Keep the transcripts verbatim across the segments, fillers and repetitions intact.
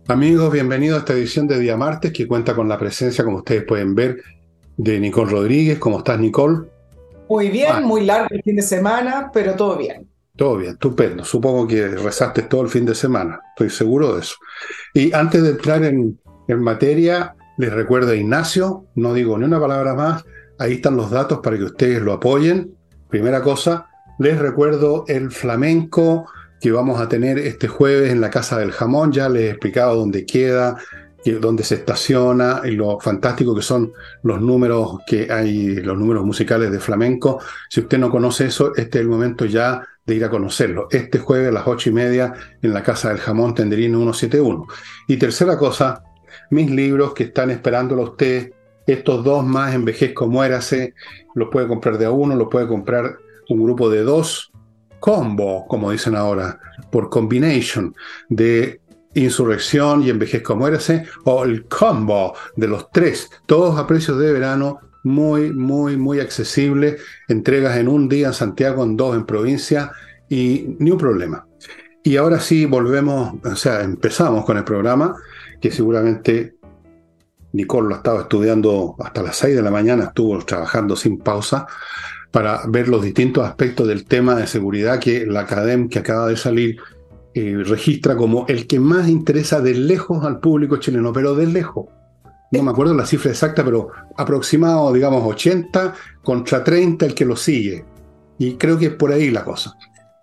Amigos, bienvenidos a esta edición de Día Martes que cuenta con la presencia, como ustedes pueden ver, de Nicole Rodríguez. ¿Cómo estás, Nicole? Muy Ah, bien, muy largo el fin de semana, pero todo bien. todo bien, estupendo. Supongo que rezaste todo el fin de semana, estoy seguro de eso. Y antes de entrar en, en materia, les recuerdo a Ignacio, no digo ni una palabra más, ahí están los datos para que ustedes lo apoyen. Primera cosa, les recuerdo el flamenco que vamos a tener este jueves en la Casa del Jamón, ya les he explicado dónde queda, que- dónde se estaciona y lo fantástico que son los números que hay, los números musicales de flamenco. Si usted no conoce eso, este es el momento ya de ir a conocerlo. Este jueves a las ocho y media en la Casa del Jamón Tenderino ciento setenta y uno. Y tercera cosa, mis libros que están esperándolo a usted, estos dos más, Envejezco, Muérase, los puede comprar de a uno, los puede comprar un grupo de dos, combo, como dicen ahora, por combination de Insurrección y Envejezco, Muérase, o el combo de los tres, todos a precios de verano, muy, muy, muy accesible, entregas en un día en Santiago, en dos en provincia, y ni un problema. Y ahora sí volvemos, o sea, empezamos con el programa, que seguramente Nicole lo estaba estudiando hasta las seis de la mañana, estuvo trabajando sin pausa para ver los distintos aspectos del tema de seguridad que la Academ que acaba de salir eh, registra como el que más interesa de lejos al público chileno, pero de lejos. No me acuerdo la cifra exacta, pero aproximado, digamos, ochenta contra treinta el que lo sigue. Y creo que es por ahí la cosa.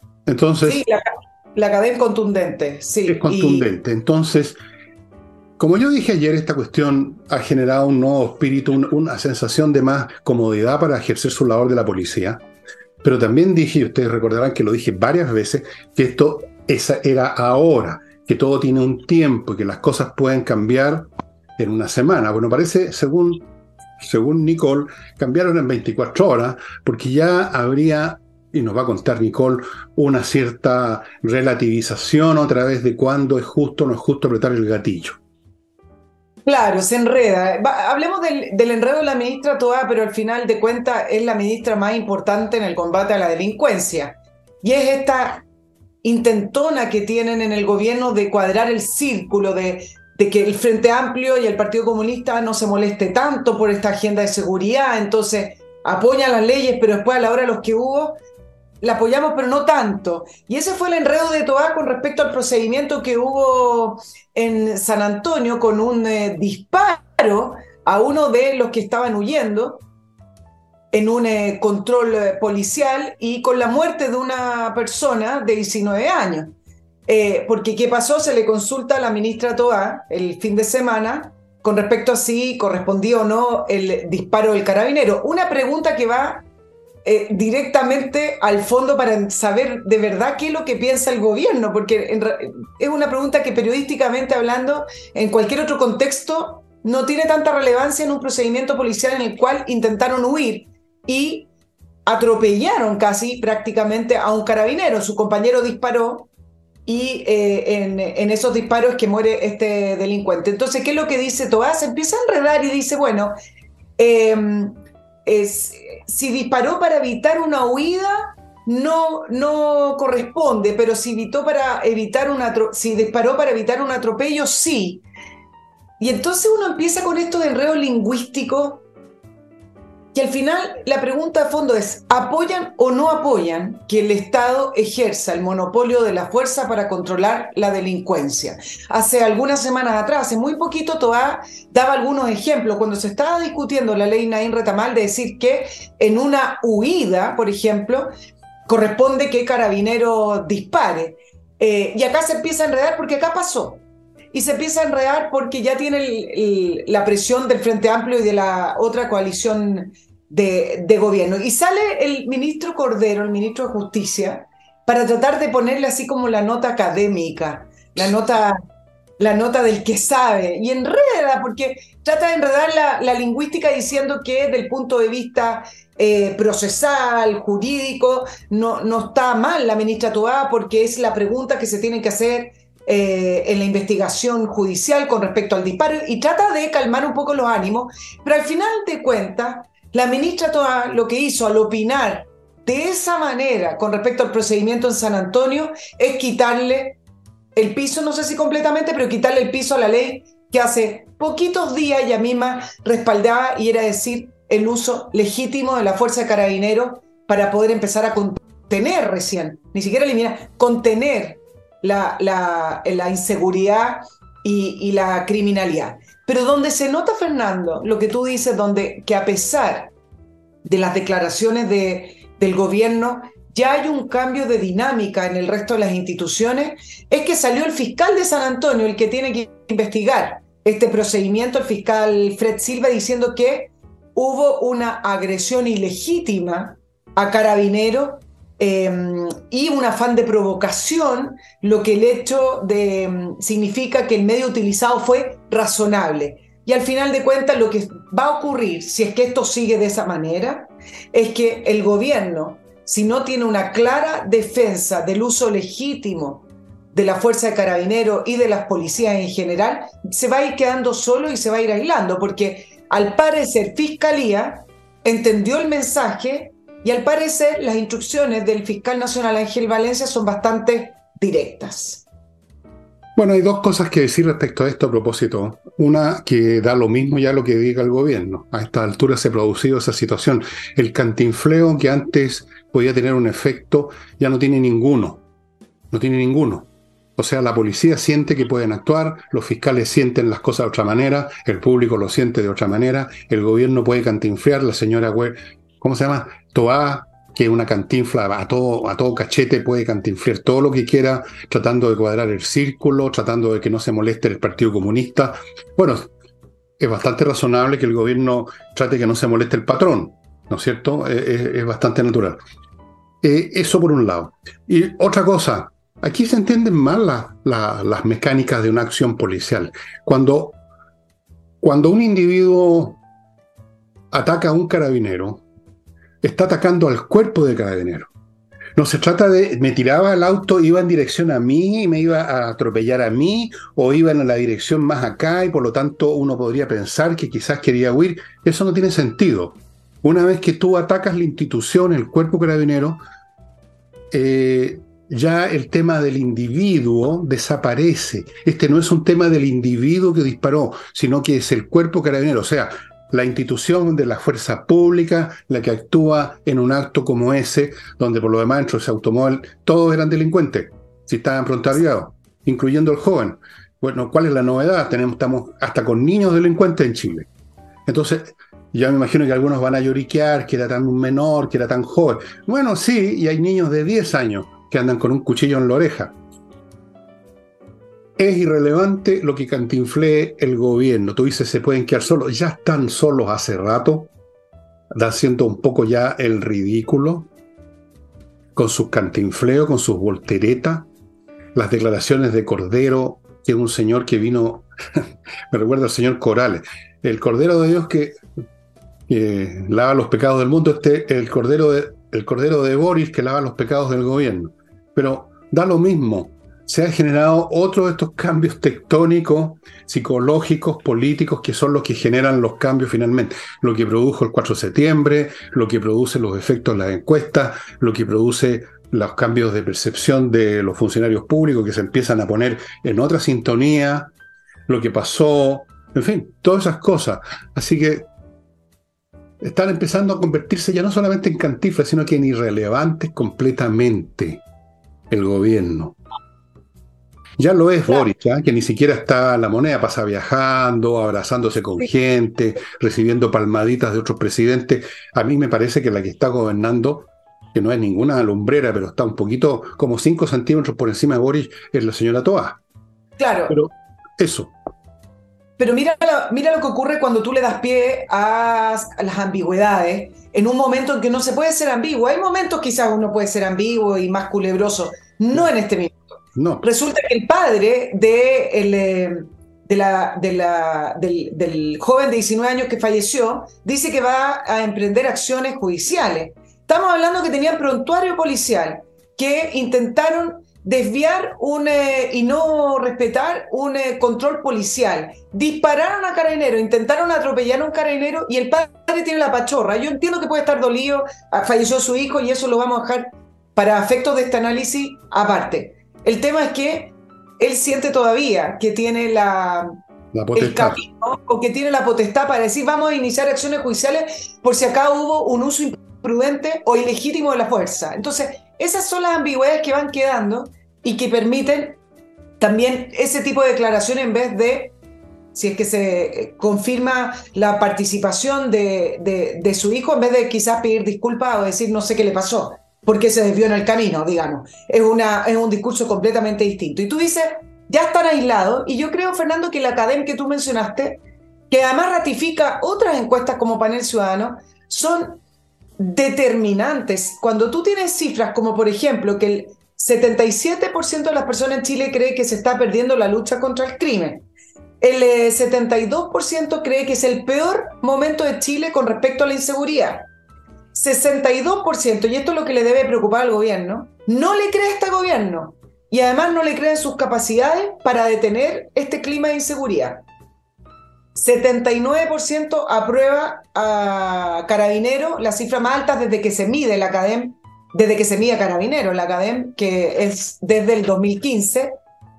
Sí, Entonces, la, la cadena contundente, es sí. Y contundente. Entonces, como yo dije ayer, esta cuestión ha generado un nuevo espíritu, un- una sensación de más comodidad para ejercer su labor de la policía. Pero también dije, y ustedes recordarán que lo dije varias veces, que esto esa era ahora, que todo tiene un tiempo y que las cosas pueden cambiar en una semana. Bueno, parece, según, según Nicole, cambiaron en veinticuatro horas, porque ya habría, y nos va a contar Nicole, una cierta relativización otra vez de cuándo es justo o no es justo apretar el gatillo. claro, se enreda. Va- hablemos del, del enredo de la ministra Toá, pero al final de cuentas es la ministra más importante en el combate a la delincuencia. Y es esta intentona que tienen en el gobierno de cuadrar el círculo, de, de que el Frente Amplio y el Partido Comunista no se moleste tanto por esta agenda de seguridad, entonces apoyan las leyes, pero después a la hora de los que hubo la apoyamos, pero no tanto. Y ese fue el enredo de Toá con respecto al procedimiento que hubo en San Antonio con un eh, disparo a uno de los que estaban huyendo en un eh, control eh, policial y con la muerte de una persona de diecinueve años. Eh, porque ¿qué pasó? Se le consulta a la ministra Toá el fin de semana con respecto a si correspondía o no el disparo del carabinero. Una pregunta que va eh, directamente al fondo para saber de verdad qué es lo que piensa el gobierno, porque en, es una pregunta que periodísticamente hablando, en cualquier otro contexto, no tiene tanta relevancia en un procedimiento policial en el cual intentaron huir y atropellaron casi prácticamente a un carabinero. Su compañero disparó y eh, en, en, esos disparos que muere este delincuente. Entonces, ¿qué es lo que dice Toás? Se empieza a enredar y dice, bueno, eh, es, si disparó para evitar una huida, no, no corresponde, pero si, evitó para evitar una, si disparó para evitar un atropello, sí. Y entonces uno empieza con esto de enredo lingüístico y al final la pregunta de fondo es, ¿apoyan o no apoyan que el Estado ejerza el monopolio de la fuerza para controlar la delincuencia? Hace algunas semanas atrás, hace muy poquito, Toá daba algunos ejemplos cuando se estaba discutiendo la ley Naín Retamal de decir que en una huida, por ejemplo, corresponde que Carabinero dispare. Eh, y acá se empieza a enredar porque acá pasó. Y se empieza a enredar porque ya tiene el, el, la presión del Frente Amplio y de la otra coalición de, de gobierno. Y sale el ministro Cordero, el ministro de Justicia, para tratar de ponerle así como la nota académica, la nota, la nota del que sabe. Y enreda, porque trata de enredar la, la lingüística diciendo que desde el punto de vista eh, procesal, jurídico, no, no está mal la ministra Toá porque es la pregunta que se tiene que hacer eh, en la investigación judicial con respecto al disparo y trata de calmar un poco los ánimos, pero al final de cuentas, la ministra Toá lo que hizo al opinar de esa manera con respecto al procedimiento en San Antonio es quitarle el piso, no sé si completamente, pero quitarle el piso a la ley que hace poquitos días ella misma respaldaba, y era decir, el uso legítimo de la fuerza de carabineros para poder empezar a contener recién, ni siquiera eliminar, contener la, la, la inseguridad y, y la criminalidad. Pero donde se nota, Fernando, lo que tú dices, donde que a pesar de las declaraciones de, del gobierno, ya hay un cambio de dinámica en el resto de las instituciones, es que salió el fiscal de San Antonio, el que tiene que investigar este procedimiento, el fiscal Fred Silva, diciendo que hubo una agresión ilegítima a Carabineros eh, y un afán de provocación, lo que el hecho de, significa que el medio utilizado fue razonable. Y al final de cuentas lo que va a ocurrir, si es que esto sigue de esa manera, es que el gobierno, si no tiene una clara defensa del uso legítimo de la fuerza de carabineros y de las policías en general, se va a ir quedando solo y se va a ir aislando, porque al parecer Fiscalía entendió el mensaje y al parecer las instrucciones del fiscal nacional Ángel Valencia son bastante directas. Bueno, hay dos cosas que decir respecto a esto a propósito. Una, que da lo mismo ya lo que diga el gobierno. A esta altura se ha producido esa situación. El cantinfleo que antes podía tener un efecto ya no tiene ninguno. No tiene ninguno. O sea, la policía siente que pueden actuar, los fiscales sienten las cosas de otra manera, el público lo siente de otra manera, el gobierno puede cantinflear, la señora, ¿cómo se llama? Toá, que una cantinfla a todo, a todo cachete, puede cantinflear todo lo que quiera, tratando de cuadrar el círculo, tratando de que no se moleste el Partido Comunista. Bueno, es bastante razonable que el gobierno trate que no se moleste el patrón, ¿no es cierto? Es, es bastante natural. Eh, eso por un lado. Y otra cosa, aquí se entienden mal la, la, las mecánicas de una acción policial. Cuando, cuando un individuo ataca a un carabinero, está atacando al cuerpo de carabinero. No se trata de, me tiraba el auto, iba en dirección a mí, y me iba a atropellar a mí, o iba en la dirección más acá, y por lo tanto uno podría pensar que quizás quería huir. Eso no tiene sentido. Una vez que tú atacas la institución, el cuerpo carabinero, eh, ya el tema del individuo desaparece. Este no es un tema del individuo que disparó, sino que es el cuerpo carabinero. O sea, la institución de la fuerza pública, la que actúa en un acto como ese, donde por lo demás dentro de ese automóvil todos eran delincuentes, si estaban prontuariados, incluyendo el joven. Bueno, ¿cuál es la novedad? Tenemos, estamos hasta con niños delincuentes en Chile. Entonces, ya me imagino que algunos van a lloriquear, que era tan menor, que era tan joven. Bueno, sí, y hay niños de diez años que andan con un cuchillo en la oreja. Es irrelevante lo que cantinflee el gobierno. Tú dices, se pueden quedar solos. Ya están solos hace rato, haciendo un poco ya el ridículo, con sus cantinfleos, con sus volteretas, las declaraciones de Cordero, que es un señor que vino, me recuerda al señor Corales, el Cordero de Dios que, que lava los pecados del mundo, este el Cordero de, el Cordero de Boris que lava los pecados del gobierno. Pero da lo mismo. Se han generado otro de estos cambios tectónicos, psicológicos, políticos, que son los que generan los cambios finalmente. Lo que produjo el cuatro de septiembre, lo que produce los efectos de las encuestas, lo que produce los cambios de percepción de los funcionarios públicos que se empiezan a poner en otra sintonía, lo que pasó, en fin, todas esas cosas. Así que están empezando a convertirse ya no solamente en cantinflas, sino que en irrelevantes completamente el gobierno. Ya lo es Boric, ¿eh? Que ni siquiera está la moneda, pasa viajando, abrazándose con gente, recibiendo palmaditas de otros presidentes. A mí me parece que la que está gobernando, que no es ninguna lumbrera, pero está un poquito, como cinco centímetros por encima de Boric, es la señora Toá. Claro. Pero eso. Pero mira, mira lo que ocurre cuando tú le das pie a, a las ambigüedades, en un momento en que no se puede ser ambiguo. Hay momentos quizás uno puede ser ambiguo y más culebroso, no en este minuto. No. Resulta que el padre de el, de la, de la, del, del joven de diecinueve años que falleció dice que va a emprender acciones judiciales. Estamos hablando que tenían prontuario policial, que intentaron desviar un, eh, y no respetar un eh, control policial. Dispararon a carabineros, intentaron atropellar a un carabinero y el padre tiene la pachorra. Yo entiendo que puede estar dolido, falleció su hijo y eso lo vamos a dejar para efectos de este análisis aparte. El tema es que él siente todavía que tiene la, La el potestad. camino o que tiene la potestad para decir vamos a iniciar acciones judiciales por si acá hubo un uso imprudente o ilegítimo de la fuerza. Entonces, esas son las ambigüedades que van quedando y que permiten también ese tipo de declaración en vez de, si es que se confirma la participación de, de, de su hijo, en vez de quizás pedir disculpas o decir no sé qué le pasó, porque se desvió en el camino, digamos. Es, una, es un discurso completamente distinto. Y tú dices, ya están aislados, y yo creo, Fernando, que la CADEM que tú mencionaste, que además ratifica otras encuestas como Panel Ciudadano, son determinantes. Cuando tú tienes cifras como, por ejemplo, que el setenta y siete por ciento de las personas en Chile cree que se está perdiendo la lucha contra el crimen, el eh, setenta y dos por ciento cree que es el peor momento de Chile con respecto a la inseguridad, sesenta y dos por ciento, y esto es lo que le debe preocupar al gobierno, no le cree a este gobierno y además no le cree en sus capacidades para detener este clima de inseguridad. setenta y nueve por ciento aprueba a Carabinero, la cifra más alta desde que se mide la CADEM, desde que se mide a Carabinero, la CADEM, que es desde el dos mil quince.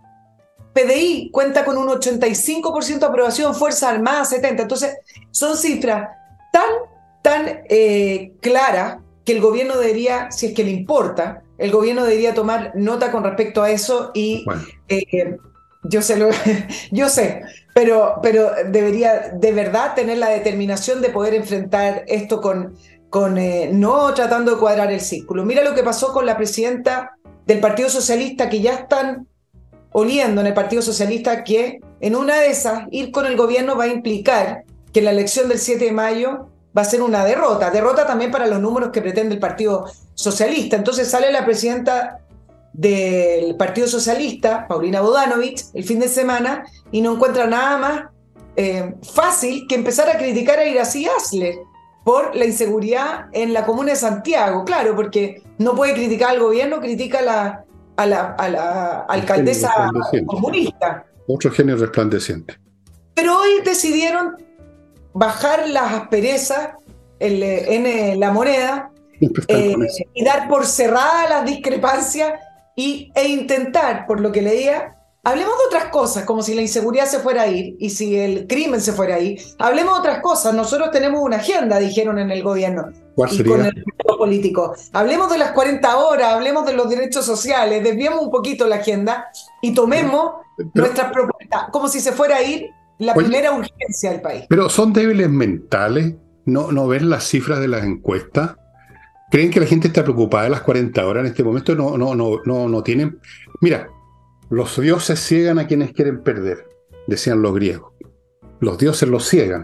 P D I cuenta con un ochenta y cinco por ciento de aprobación, Fuerzas Armadas setenta por ciento. Entonces, son cifras tan, tan eh, claras que el gobierno debería, si es que le importa, el gobierno debería tomar nota con respecto a eso y bueno. eh, yo sé, lo, yo sé, pero, pero debería de verdad tener la determinación de poder enfrentar esto con, con eh, no tratando de cuadrar el círculo. Mira lo que pasó con la presidenta del Partido Socialista, que ya están oliendo en el Partido Socialista que en una de esas ir con el gobierno va a implicar que la elección del siete de mayo va a ser una derrota, derrota también para los números que pretende el Partido Socialista. Entonces sale la presidenta del Partido Socialista, Paulina Bodanovich, el fin de semana y no encuentra nada más eh, fácil que empezar a criticar a Iracy Asler por la inseguridad en la comuna de Santiago. Claro, porque no puede criticar al gobierno, critica a la A la, a la alcaldesa comunista. Otro genio resplandeciente. Pero hoy decidieron bajar las asperezas en, en la moneda eh, y dar por cerrada las discrepancias y, e intentar, por lo que leía, hablemos de otras cosas, como si la inseguridad se fuera a ir y si el crimen se fuera a ir. Hablemos de otras cosas. Nosotros tenemos una agenda, dijeron en el gobierno. ¿Cuál y sería? Con el partido político. Hablemos de las cuarenta horas, hablemos de los derechos sociales, desviemos un poquito la agenda y tomemos pero, nuestras propuestas, como si se fuera a ir la oye, primera urgencia del país. Pero son débiles mentales, no, no ven las cifras de las encuestas. ¿Creen que la gente está preocupada de las cuarenta horas en este momento? No, no, no, no, no tienen. Mira, los dioses ciegan a quienes quieren perder, decían los griegos. Los dioses los ciegan.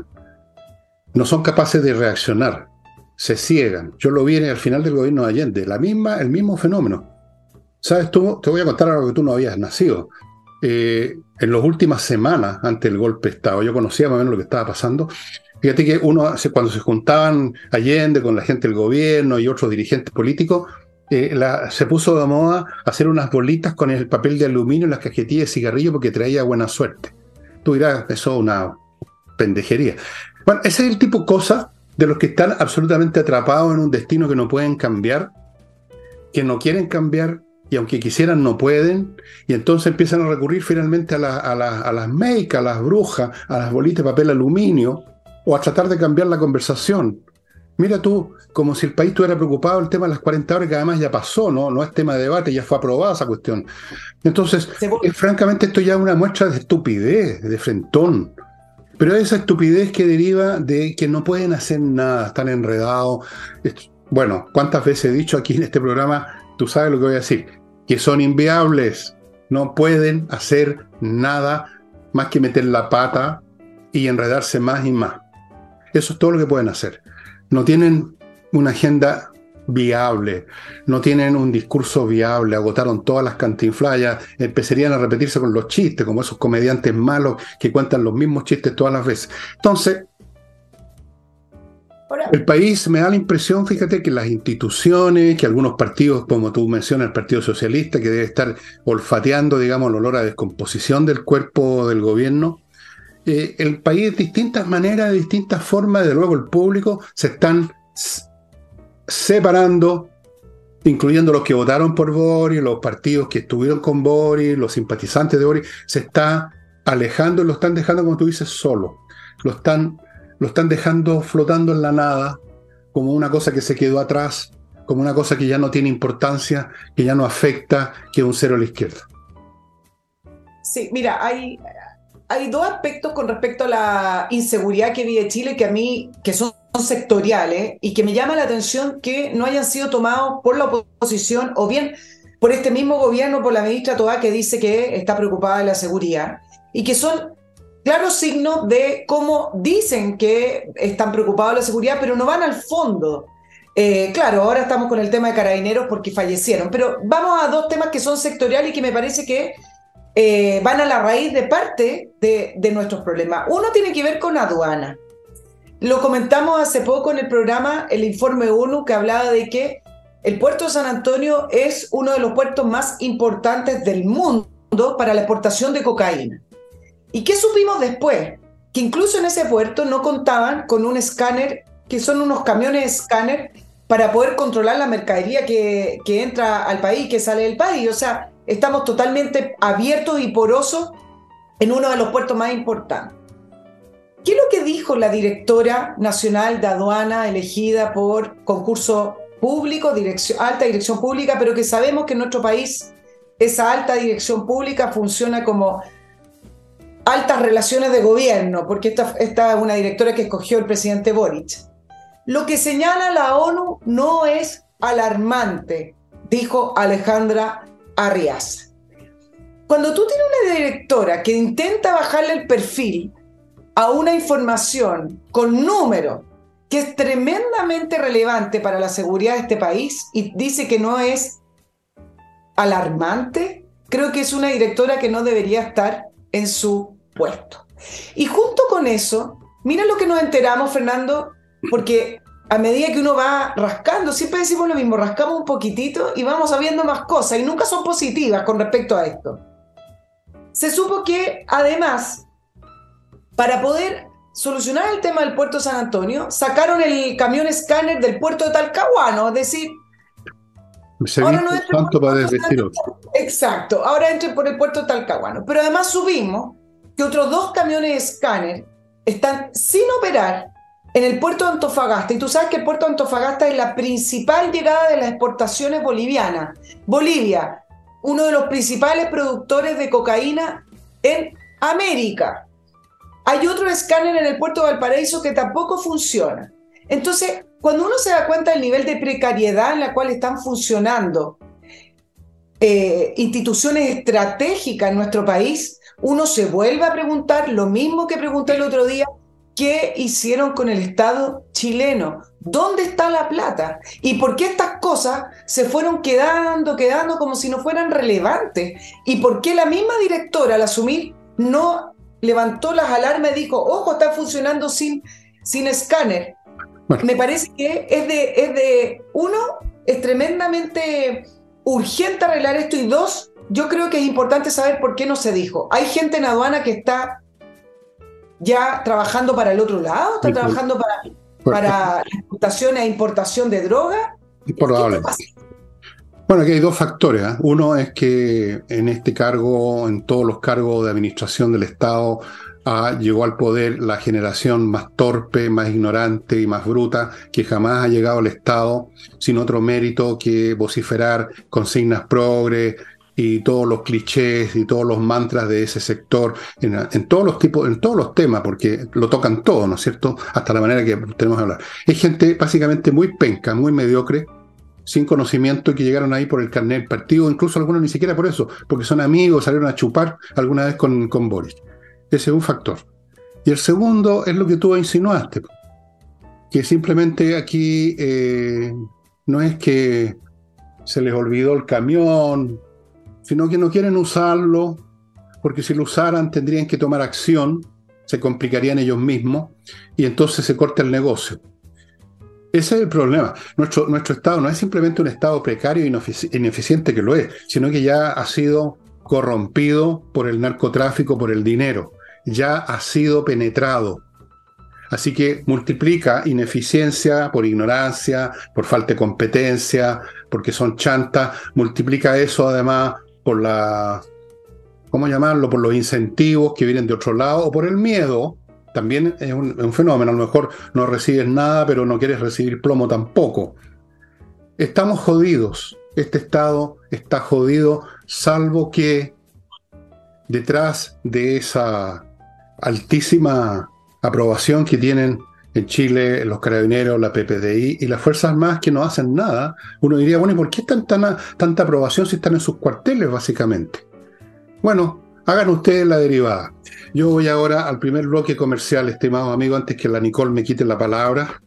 No son capaces de reaccionar. Se ciegan. Yo lo vi al final del gobierno de Allende. La misma, el mismo fenómeno. ¿Sabes tú? Te voy a contar algo que tú no habías nacido. Eh, en las últimas semanas, antes del golpe de Estado, yo conocía más o menos lo que estaba pasando. Fíjate que uno, cuando se juntaban Allende con la gente del gobierno y otros dirigentes políticos, Eh, la, se puso de moda hacer unas bolitas con el papel de aluminio en las cajetillas de cigarrillo porque traía buena suerte. Tú dirás, eso es una pendejería. Bueno, ese es el tipo de cosas de los que están absolutamente atrapados en un destino que no pueden cambiar, que no quieren cambiar y aunque quisieran no pueden, y entonces empiezan a recurrir finalmente a, la, a, la, a las meicas, a las brujas, a las bolitas de papel aluminio o a tratar de cambiar la conversación. Mira tú, como si el país estuviera preocupado el tema de las cuarenta horas, que además ya pasó, ¿no? No es tema de debate, ya fue aprobada esa cuestión. Entonces, eh, francamente, esto ya es una muestra de estupidez, de frentón. Pero esa estupidez que deriva de que no pueden hacer nada, están enredados. Bueno, ¿cuántas veces he dicho aquí en este programa? Tú sabes lo que voy a decir, que son inviables. No pueden hacer nada más que meter la pata y enredarse más y más. Eso es todo lo que pueden hacer. No tienen una agenda viable, no tienen un discurso viable, agotaron todas las cantinflayas, empezarían a repetirse con los chistes, como esos comediantes malos que cuentan los mismos chistes todas las veces. Entonces, Hola. El país me da la impresión, fíjate, que las instituciones, que algunos partidos, como tú mencionas, el Partido Socialista, que debe estar olfateando, digamos, el olor a descomposición del cuerpo del gobierno, Eh, el país de distintas maneras, de distintas formas, desde luego el público, se están s- separando incluyendo los que votaron por Boric, los partidos que estuvieron con Boric, los simpatizantes de Boric, se está alejando y lo están dejando, como tú dices, solo. Lo están, lo están dejando flotando en la nada, como una cosa que se quedó atrás, como una cosa que ya no tiene importancia, que ya no afecta, que es un cero a la izquierda. Sí, mira, hay, hay dos aspectos con respecto a la inseguridad que vive Chile que a mí, que son sectoriales y que me llama la atención que no hayan sido tomados por la oposición o bien por este mismo gobierno, por la ministra Toá, que dice que está preocupada de la seguridad y que son claros signos de cómo dicen que están preocupados de la seguridad, pero no van al fondo. Eh, claro, ahora estamos con el tema de carabineros porque fallecieron, pero vamos a dos temas que son sectoriales y que me parece que eh, van a la raíz de parte de, de nuestros problemas. Uno tiene que ver con aduana. Lo comentamos hace poco en el programa, el informe ONU, que hablaba de que el puerto de San Antonio es uno de los puertos más importantes del mundo para la exportación de cocaína. ¿Y qué supimos después? Que incluso en ese puerto no contaban con un escáner, que son unos camiones escáner, para poder controlar la mercadería que, que entra al país, que sale del país. O sea, estamos totalmente abiertos y porosos en uno de los puertos más importantes. ¿Qué es lo que dijo la directora nacional de aduana elegida por concurso público, dirección, alta dirección pública, pero que sabemos que en nuestro país esa alta dirección pública funciona como altas relaciones de gobierno, porque esta, esta es una directora que escogió el presidente Boric? Lo que señala la ONU no es alarmante, dijo Alejandra Arriaza. Cuando tú tienes una directora que intenta bajarle el perfil a una información con números que es tremendamente relevante para la seguridad de este país y dice que no es alarmante, creo que es una directora que no debería estar en su puesto. Y junto con eso, mira lo que nos enteramos, Fernando, porque a medida que uno va rascando, siempre decimos lo mismo, rascamos un poquitito y vamos sabiendo más cosas y nunca son positivas con respecto a esto. Se supo que además, para poder solucionar el tema del puerto de San Antonio, sacaron el camión escáner del puerto de Talcahuano, es decir, ahora no entren tanto para desvestir otro. Exacto, ahora entren por el puerto de Talcahuano. Pero además subimos que otros dos camiones escáner están sin operar en el puerto de Antofagasta. Y tú sabes que el puerto de Antofagasta es la principal llegada de las exportaciones bolivianas. Bolivia, uno de los principales productores de cocaína en América. Hay otro escáner en el puerto de Valparaíso que tampoco funciona. Entonces, cuando uno se da cuenta del nivel de precariedad en la cual están funcionando eh, instituciones estratégicas en nuestro país, uno se vuelve a preguntar lo mismo que pregunté el otro día: ¿qué hicieron con el Estado chileno? ¿Dónde está la plata? ¿Y por qué estas cosas se fueron quedando, quedando como si no fueran relevantes? ¿Y por qué la misma directora al asumir no levantó las alarmas y dijo, ojo, está funcionando sin, sin escáner? Bueno. Me parece que es de, es de, uno, es tremendamente urgente arreglar esto, y dos, yo creo que es importante saber por qué no se dijo. Hay gente en aduana que está ya trabajando para el otro lado, está trabajando para, para exportación e importación de droga. Es probable. Bueno, aquí hay dos factores, ¿eh? Uno es que en este cargo, en todos los cargos de administración del Estado, ah, llegó al poder la generación más torpe, más ignorante y más bruta que jamás ha llegado al Estado, sin otro mérito que vociferar consignas progre y todos los clichés y todos los mantras de ese sector en, en todos los tipos, en todos los temas, porque lo tocan todo, ¿no es cierto? Hasta la manera que tenemos de hablar. Es gente básicamente muy penca, muy mediocre, sin conocimiento, que llegaron ahí por el carnet del partido, incluso algunos ni siquiera por eso, porque son amigos, salieron a chupar alguna vez con, con Boric. Ese es un factor. Y el segundo es lo que tú insinuaste, que simplemente aquí eh, no es que se les olvidó el camión, sino que no quieren usarlo, porque si lo usaran tendrían que tomar acción, se complicarían ellos mismos, y entonces se corta el negocio. Ese es el problema. Nuestro, nuestro Estado no es simplemente un Estado precario e ineficiente, que lo es, sino que ya ha sido corrompido por el narcotráfico, por el dinero. Ya ha sido penetrado. Así que multiplica ineficiencia por ignorancia, por falta de competencia, porque son chantas, multiplica eso además por la, ¿cómo llamarlo? Por los incentivos que vienen de otro lado o por el miedo. También es un, es un fenómeno. A lo mejor no recibes nada, pero no quieres recibir plomo tampoco. Estamos jodidos. Este Estado está jodido, salvo que detrás de esa altísima aprobación que tienen en Chile los carabineros, la P P D I y las Fuerzas Armadas que no hacen nada, uno diría, bueno, ¿y por qué están tan, tanta aprobación si están en sus cuarteles, básicamente? Bueno, hagan ustedes la derivada. Yo voy ahora al primer bloque comercial, estimados amigos, antes que la Nicole me quite la palabra.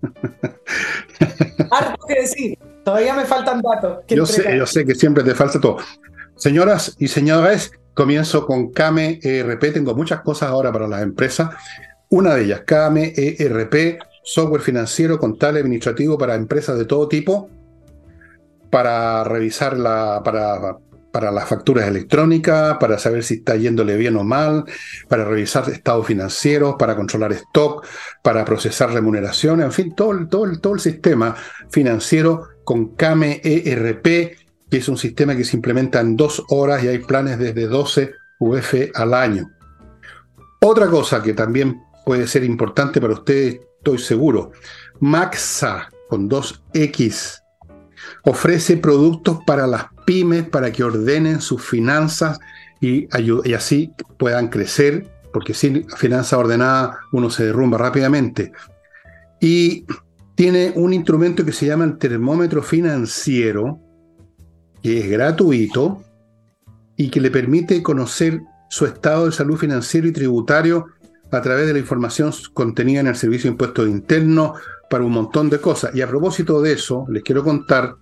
Harto que decir, todavía me faltan datos. Yo sé, yo sé que siempre te falta todo. Señoras y señores, comienzo con C A M E E R P. Tengo muchas cosas ahora para las empresas. Una de ellas, C A M E E R P, software financiero, contable, administrativo para empresas de todo tipo, para revisar la, para, para las facturas electrónicas, para saber si está yéndole bien o mal, para revisar estados financieros, para controlar stock, para procesar remuneraciones, en fin, todo, todo, todo el sistema financiero con C A M E E R P, que es un sistema que se implementa en dos horas y hay planes desde doce U F al año. Otra cosa que también puede ser importante para ustedes, estoy seguro, Maxa, con dos X, ofrece productos para las pymes para que ordenen sus finanzas y, y así puedan crecer, porque sin finanzas ordenadas uno se derrumba rápidamente. Y tiene un instrumento que se llama el termómetro financiero, que es gratuito y que le permite conocer su estado de salud financiero y tributario a través de la información contenida en el Servicio de Impuestos Internos para un montón de cosas. Y a propósito de eso, les quiero contar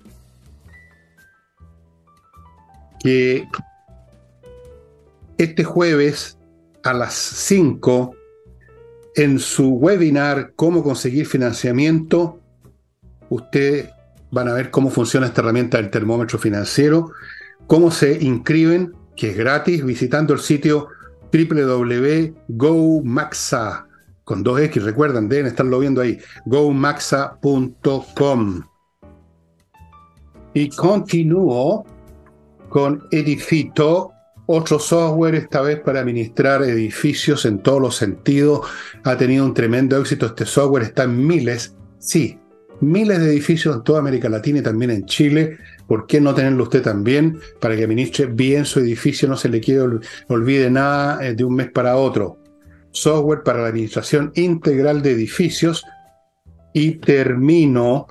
que este jueves a las cinco, en su webinar Cómo conseguir financiamiento, ustedes van a ver cómo funciona esta herramienta del termómetro financiero, cómo se inscriben, que es gratis, visitando el sitio doble u doble u doble u punto go maxa, con dos X, recuerdan, deben estarlo viendo ahí, go maxa punto com. Y continúo con Edifito, otro software, esta vez para administrar edificios en todos los sentidos. Ha tenido un tremendo éxito este software, está en miles, sí, miles de edificios en toda América Latina y también en Chile. ¿Por qué no tenerlo usted también para que administre bien su edificio? No se le quede ol- olvide nada eh, de un mes para otro. Software para la administración integral de edificios. Y termino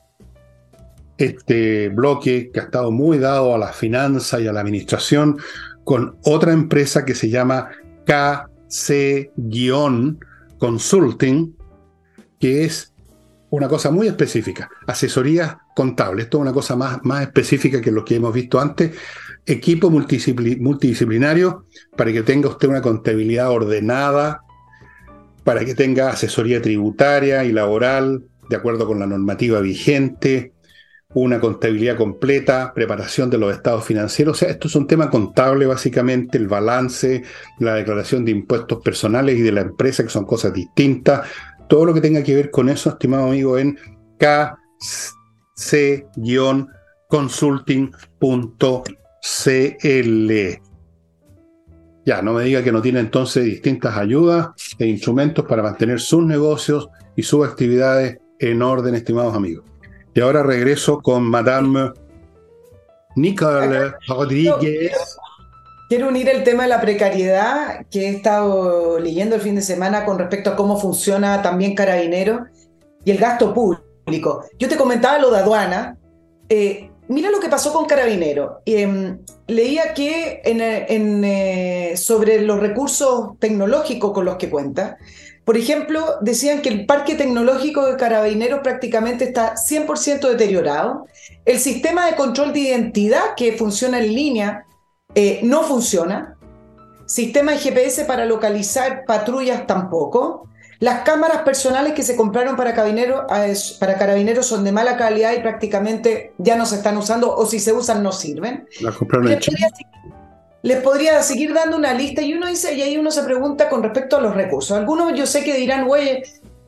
este bloque que ha estado muy dado a la finanza y a la administración con otra empresa que se llama K C Consulting, que es una cosa muy específica, asesoría contable. Esto es una cosa más, más específica que lo que hemos visto antes. Equipo multidiscipli- multidisciplinario para que tenga usted una contabilidad ordenada, para que tenga asesoría tributaria y laboral de acuerdo con la normativa vigente, una contabilidad completa, preparación de los estados financieros. O sea, esto es un tema contable básicamente, el balance, la declaración de impuestos personales y de la empresa, que son cosas distintas. Todo lo que tenga que ver con eso, estimado amigo, en K C consulting punto c l. Ya, no me diga que no tiene entonces distintas ayudas e instrumentos para mantener sus negocios y sus actividades en orden, estimados amigos. Y ahora regreso con Madame Nicole Rodríguez. Quiero unir el tema de la precariedad que he estado leyendo el fin de semana con respecto a cómo funciona también Carabineros y el gasto público. Yo te comentaba lo de aduana. Eh, mira lo que pasó con Carabineros. Eh, leía que en, en, eh, sobre los recursos tecnológicos con los que cuenta. Por ejemplo, decían que el parque tecnológico de Carabineros prácticamente está cien por ciento deteriorado. El sistema de control de identidad que funciona en línea Eh, no funciona. Sistema de G P S para localizar patrullas tampoco. Las cámaras personales que se compraron para carabineros, para carabineros son de mala calidad y prácticamente ya no se están usando, o si se usan no sirven. Las compraron en Chile. Les podría seguir dando una lista y uno dice, y ahí uno se pregunta con respecto a los recursos. Algunos yo sé que dirán, oye,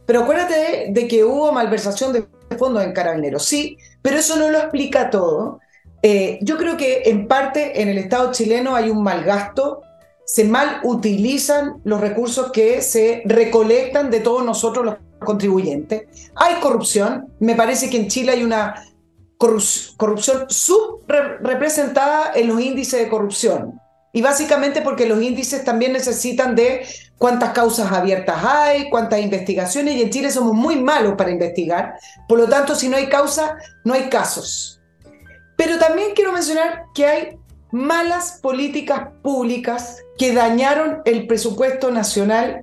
pero acuérdate de, de que hubo malversación de fondos en Carabineros, sí, pero eso no lo explica todo. Eh, yo creo que en parte en el Estado chileno hay un mal gasto, se mal utilizan los recursos que se recolectan de todos nosotros los contribuyentes. Hay corrupción, me parece que en Chile hay una corrupción subrepresentada en los índices de corrupción. Y básicamente porque los índices también necesitan de cuántas causas abiertas hay, cuántas investigaciones, y en Chile somos muy malos para investigar. Por lo tanto, si no hay causa, no hay casos. Pero también quiero mencionar que hay malas políticas públicas que dañaron el presupuesto nacional,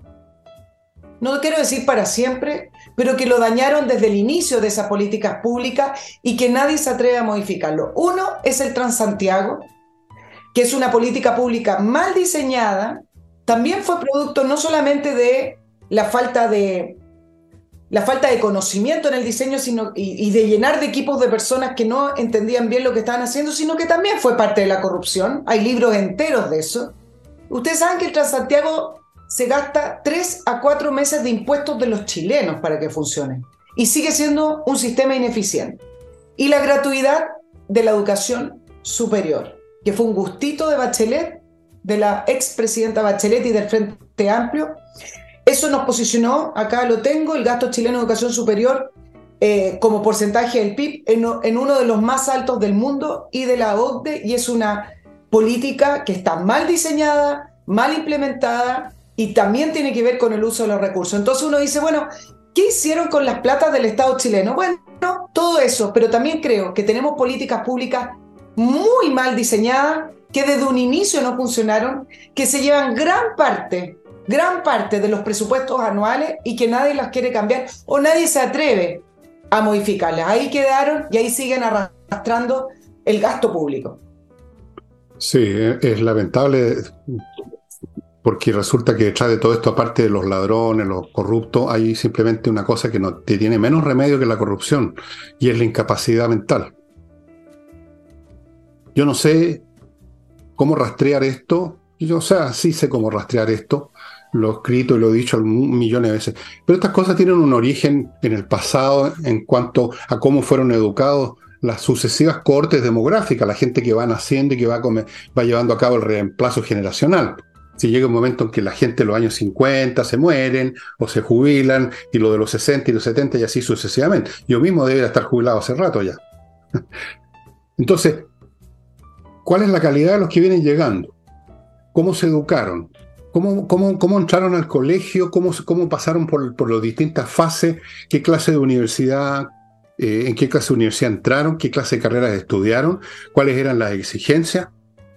no quiero decir para siempre, pero que lo dañaron desde el inicio de esas políticas públicas y que nadie se atreve a modificarlo. Uno es el Transantiago, que es una política pública mal diseñada, también fue producto no solamente de la falta de, la falta de conocimiento en el diseño sino, y, y de llenar de equipos de personas que no entendían bien lo que estaban haciendo, sino que también fue parte de la corrupción. Hay libros enteros de eso. Ustedes saben que el Transantiago se gasta tres a cuatro meses de impuestos de los chilenos para que funcione. Y sigue siendo un sistema ineficiente. Y la gratuidad de la educación superior, que fue un gustito de Bachelet, de la expresidenta Bachelet y del Frente Amplio. Eso nos posicionó, acá lo tengo, el gasto chileno de educación superior eh, como porcentaje del P I B en, en uno de los más altos del mundo y de la O C D E, y es una política que está mal diseñada, mal implementada, y también tiene que ver con el uso de los recursos. Entonces uno dice, bueno, ¿qué hicieron con las platas del Estado chileno? Bueno, todo eso, pero también creo que tenemos políticas públicas muy mal diseñadas, que desde un inicio no funcionaron, que se llevan gran parte, gran parte de los presupuestos anuales y que nadie las quiere cambiar o nadie se atreve a modificarlas. Ahí quedaron y ahí siguen arrastrando el gasto público. Sí, es lamentable porque resulta que detrás de todo esto, aparte de los ladrones, los corruptos, hay simplemente una cosa que no te tiene menos remedio que la corrupción, y es la incapacidad mental. Yo no sé cómo rastrear esto, yo, o sea, sí sé cómo rastrear esto, lo he escrito y lo he dicho millones de veces, pero estas cosas tienen un origen en el pasado en cuanto a cómo fueron educados las sucesivas cohortes demográficas, la gente que va naciendo y que va, a comer, va llevando a cabo el reemplazo generacional. Si llega un momento en que la gente de los años cincuenta se mueren o se jubilan, y lo de los sesenta y los setenta y así sucesivamente. Yo mismo debería estar jubilado hace rato ya. Entonces, ¿cuál es la calidad de los que vienen llegando? ¿Cómo se educaron? ¿Cómo, cómo, cómo entraron al colegio? ¿Cómo, cómo pasaron por, por las distintas fases? ¿Qué clase de universidad, eh, en qué clase de universidad entraron? ¿Qué clase de carreras estudiaron? ¿Cuáles eran las exigencias?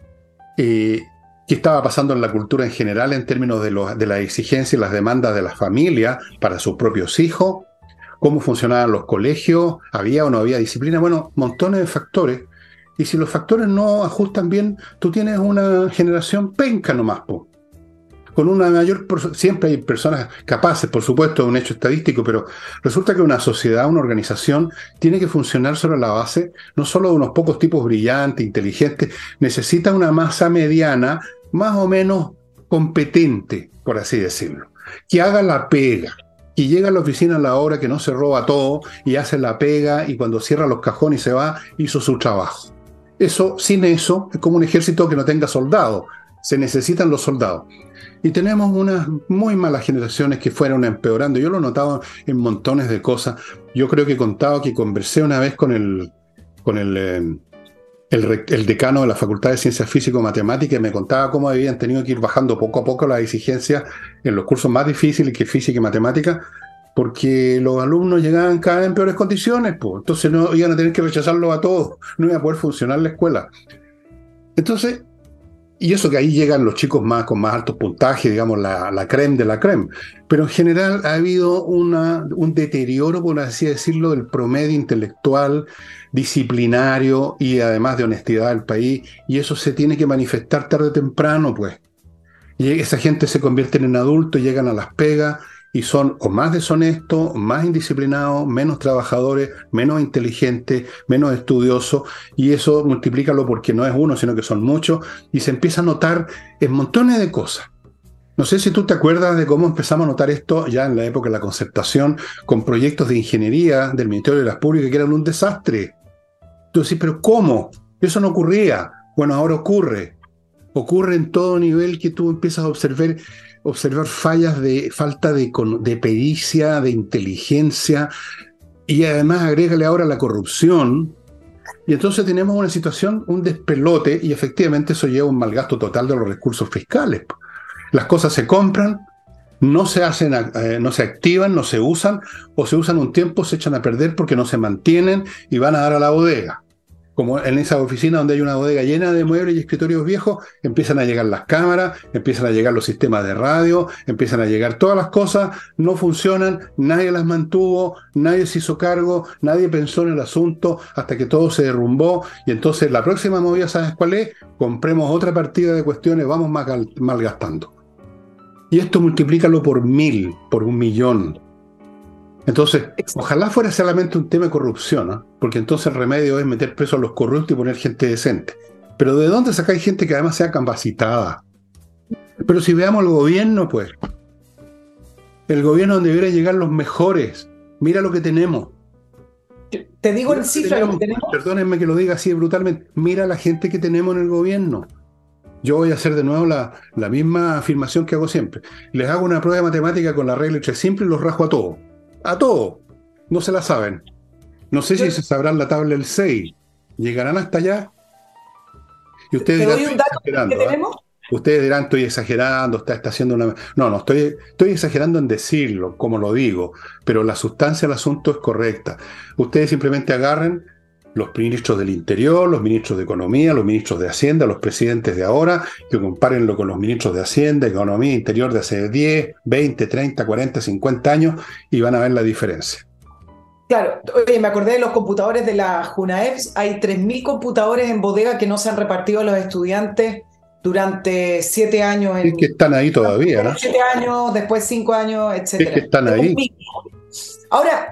Eh, ¿Qué estaba pasando en la cultura en general en términos de, lo, de las exigencias y las demandas de las familias para sus propios hijos? ¿Cómo funcionaban los colegios? ¿Había o no había disciplina? Bueno, montones de factores. Y si los factores no ajustan bien, tú tienes una generación penca nomás, po. Con una mayor... Siempre hay personas capaces, por supuesto, es un hecho estadístico, pero resulta que una sociedad, una organización, tiene que funcionar sobre la base no solo de unos pocos tipos brillantes, inteligentes, necesita una masa mediana más o menos competente, por así decirlo, que haga la pega, que llega a la oficina a la hora, que no se roba todo y hace la pega, y cuando cierra los cajones y se va, hizo su trabajo. Eso, sin eso, es como un ejército que no tenga soldados. Se necesitan los soldados. Y tenemos unas muy malas generaciones que fueron empeorando. Yo lo he notado en montones de cosas. Yo creo que he contado que conversé una vez con el, con el, eh, el, el decano de la Facultad de Ciencias Físico-Matemáticas, y me contaba cómo habían tenido que ir bajando poco a poco las exigencias en los cursos más difíciles que física y matemática, porque los alumnos llegaban cada vez en peores condiciones, pues. Entonces no iban a tener que rechazarlo a todos, no iba a poder funcionar la escuela. Entonces, y eso que ahí llegan los chicos más con más altos puntajes, digamos, la, la crème de la crème. Pero en general ha habido una, un deterioro, por así decirlo, del promedio intelectual, disciplinario y además de honestidad del país, y eso se tiene que manifestar tarde o temprano, pues. Y esa gente se convierte en adultos, llegan a las pegas, y son o más deshonestos, más indisciplinados, menos trabajadores, menos inteligentes, menos estudiosos, y eso multiplícalo porque no es uno, sino que son muchos, y se empieza a notar en montones de cosas. No sé si tú te acuerdas de cómo empezamos a notar esto ya en la época de la concertación con proyectos de ingeniería del Ministerio de las Públicas que eran un desastre. Tú decís, pero ¿cómo? Eso no ocurría. Bueno, ahora ocurre. Ocurre en todo nivel que tú empiezas a observar, observar fallas de falta de, de pericia, de inteligencia, y además agrégale ahora la corrupción. Y entonces tenemos una situación, un despelote, y efectivamente eso lleva a un malgasto total de los recursos fiscales. Las cosas se compran, no se hacen, eh, no se activan, no se usan, o se usan un tiempo, se echan a perder porque no se mantienen y van a dar a la bodega. Como en esa oficina donde hay una bodega llena de muebles y escritorios viejos, empiezan a llegar las cámaras, empiezan a llegar los sistemas de radio, empiezan a llegar todas las cosas, no funcionan, nadie las mantuvo, nadie se hizo cargo, nadie pensó en el asunto hasta que todo se derrumbó, y entonces la próxima movida, ¿sabes cuál es? Compremos otra partida de cuestiones, vamos mal, malgastando. Y esto multiplícalo por mil, por un millón. Entonces, ojalá fuera solamente un tema de corrupción, ¿no? Porque entonces el remedio es meter preso a los corruptos y poner gente decente. Pero ¿de dónde sacáis gente que además sea capacitada? Pero si veamos el gobierno, pues, el gobierno donde deberían llegar los mejores. Mira lo que tenemos. Te digo en cifras lo que tenemos. Perdónenme que lo diga así brutalmente. Mira la gente que tenemos en el gobierno. Yo voy a hacer de nuevo la, la misma afirmación que hago siempre. Les hago una prueba de matemática con la regla tres simple y los rajo a todos. A todos. No se la saben. No sé si se sabrán la tabla del seis. ¿Llegarán hasta allá? Y ustedes dirán, estoy exagerando, ¿eh? Ustedes dirán, estoy exagerando, está, está haciendo una... No, no, estoy, estoy exagerando en decirlo, como lo digo, pero la sustancia del asunto es correcta. Ustedes simplemente agarren los ministros del Interior, los ministros de Economía, los ministros de Hacienda, los presidentes de ahora, que compárenlo con los ministros de Hacienda, Economía, Interior de hace diez, veinte, treinta, cuarenta, cincuenta años, y van a ver la diferencia. Claro, oye, me acordé de los computadores de la Junaef. Hay tres mil computadores en bodega que no se han repartido a los estudiantes durante siete años. En, es que están ahí todavía, ¿no? Siete años, después cinco años, etcétera. Es que están ahí. Ahora,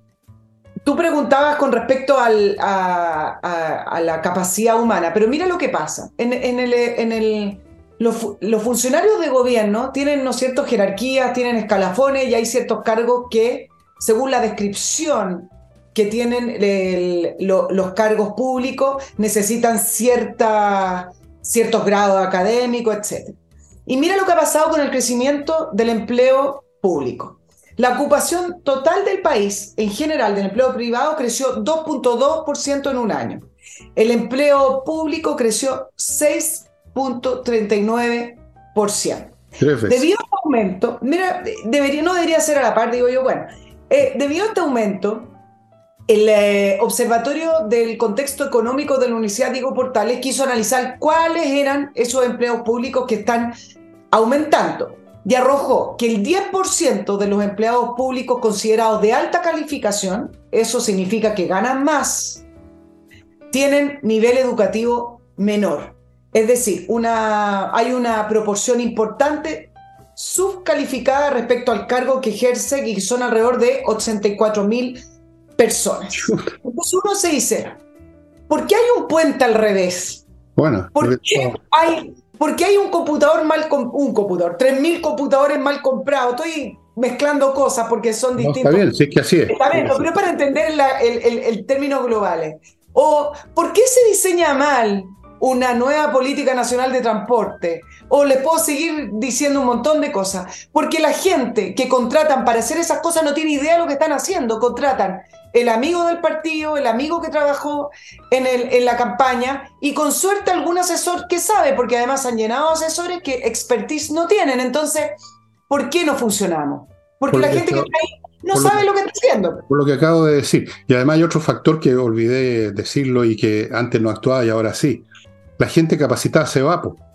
tú preguntabas con respecto al, a, a, a la capacidad humana, pero mira lo que pasa. En, en el, en el, los, los funcionarios de gobierno tienen, ¿no es cierto?, jerarquías, tienen escalafones y hay ciertos cargos que, según la descripción que tienen el, lo, los cargos públicos, necesitan cierta, ciertos grados académicos, etcétera. Y mira lo que ha pasado con el crecimiento del empleo público. La ocupación total del país, en general, del empleo privado, creció dos punto dos por ciento en un año. El empleo público creció seis punto treinta y nueve por ciento. Debido a este aumento, mira, debería, no debería ser a la par, digo yo, bueno, eh, debido a este aumento, el eh, Observatorio del Contexto Económico de la Universidad Diego Portales quiso analizar cuáles eran esos empleos públicos que están aumentando. Y arrojó que el diez por ciento de los empleados públicos considerados de alta calificación, eso significa que ganan más, tienen nivel educativo menor. Es decir, una, hay una proporción importante subcalificada respecto al cargo que ejerce, que son alrededor de ochenta y cuatro mil personas. Entonces uno se dice, ¿por qué hay un puente al revés? Bueno, ¿por qué hay... Porque hay un computador mal, un computador, tres mil computadores mal comprados. Estoy mezclando cosas porque son distintos. No, está bien, sí, es que así es. Está bien, pero es para entender la, el, el, el término globales. O, ¿por qué se diseña mal una nueva política nacional de transporte? O les puedo seguir diciendo un montón de cosas. Porque la gente que contratan para hacer esas cosas no tiene idea de lo que están haciendo. Contratan el amigo del partido, el amigo que trabajó en, el, en la campaña, y con suerte algún asesor que sabe, porque además han llenado asesores que expertise no tienen. Entonces, ¿por qué no funcionamos? Porque, porque la gente acabo, que está ahí no sabe lo que, lo que está haciendo. Por lo que acabo de decir. Y además hay otro factor que olvidé decirlo y que antes no actuaba y ahora sí. La gente capacitada se va, po.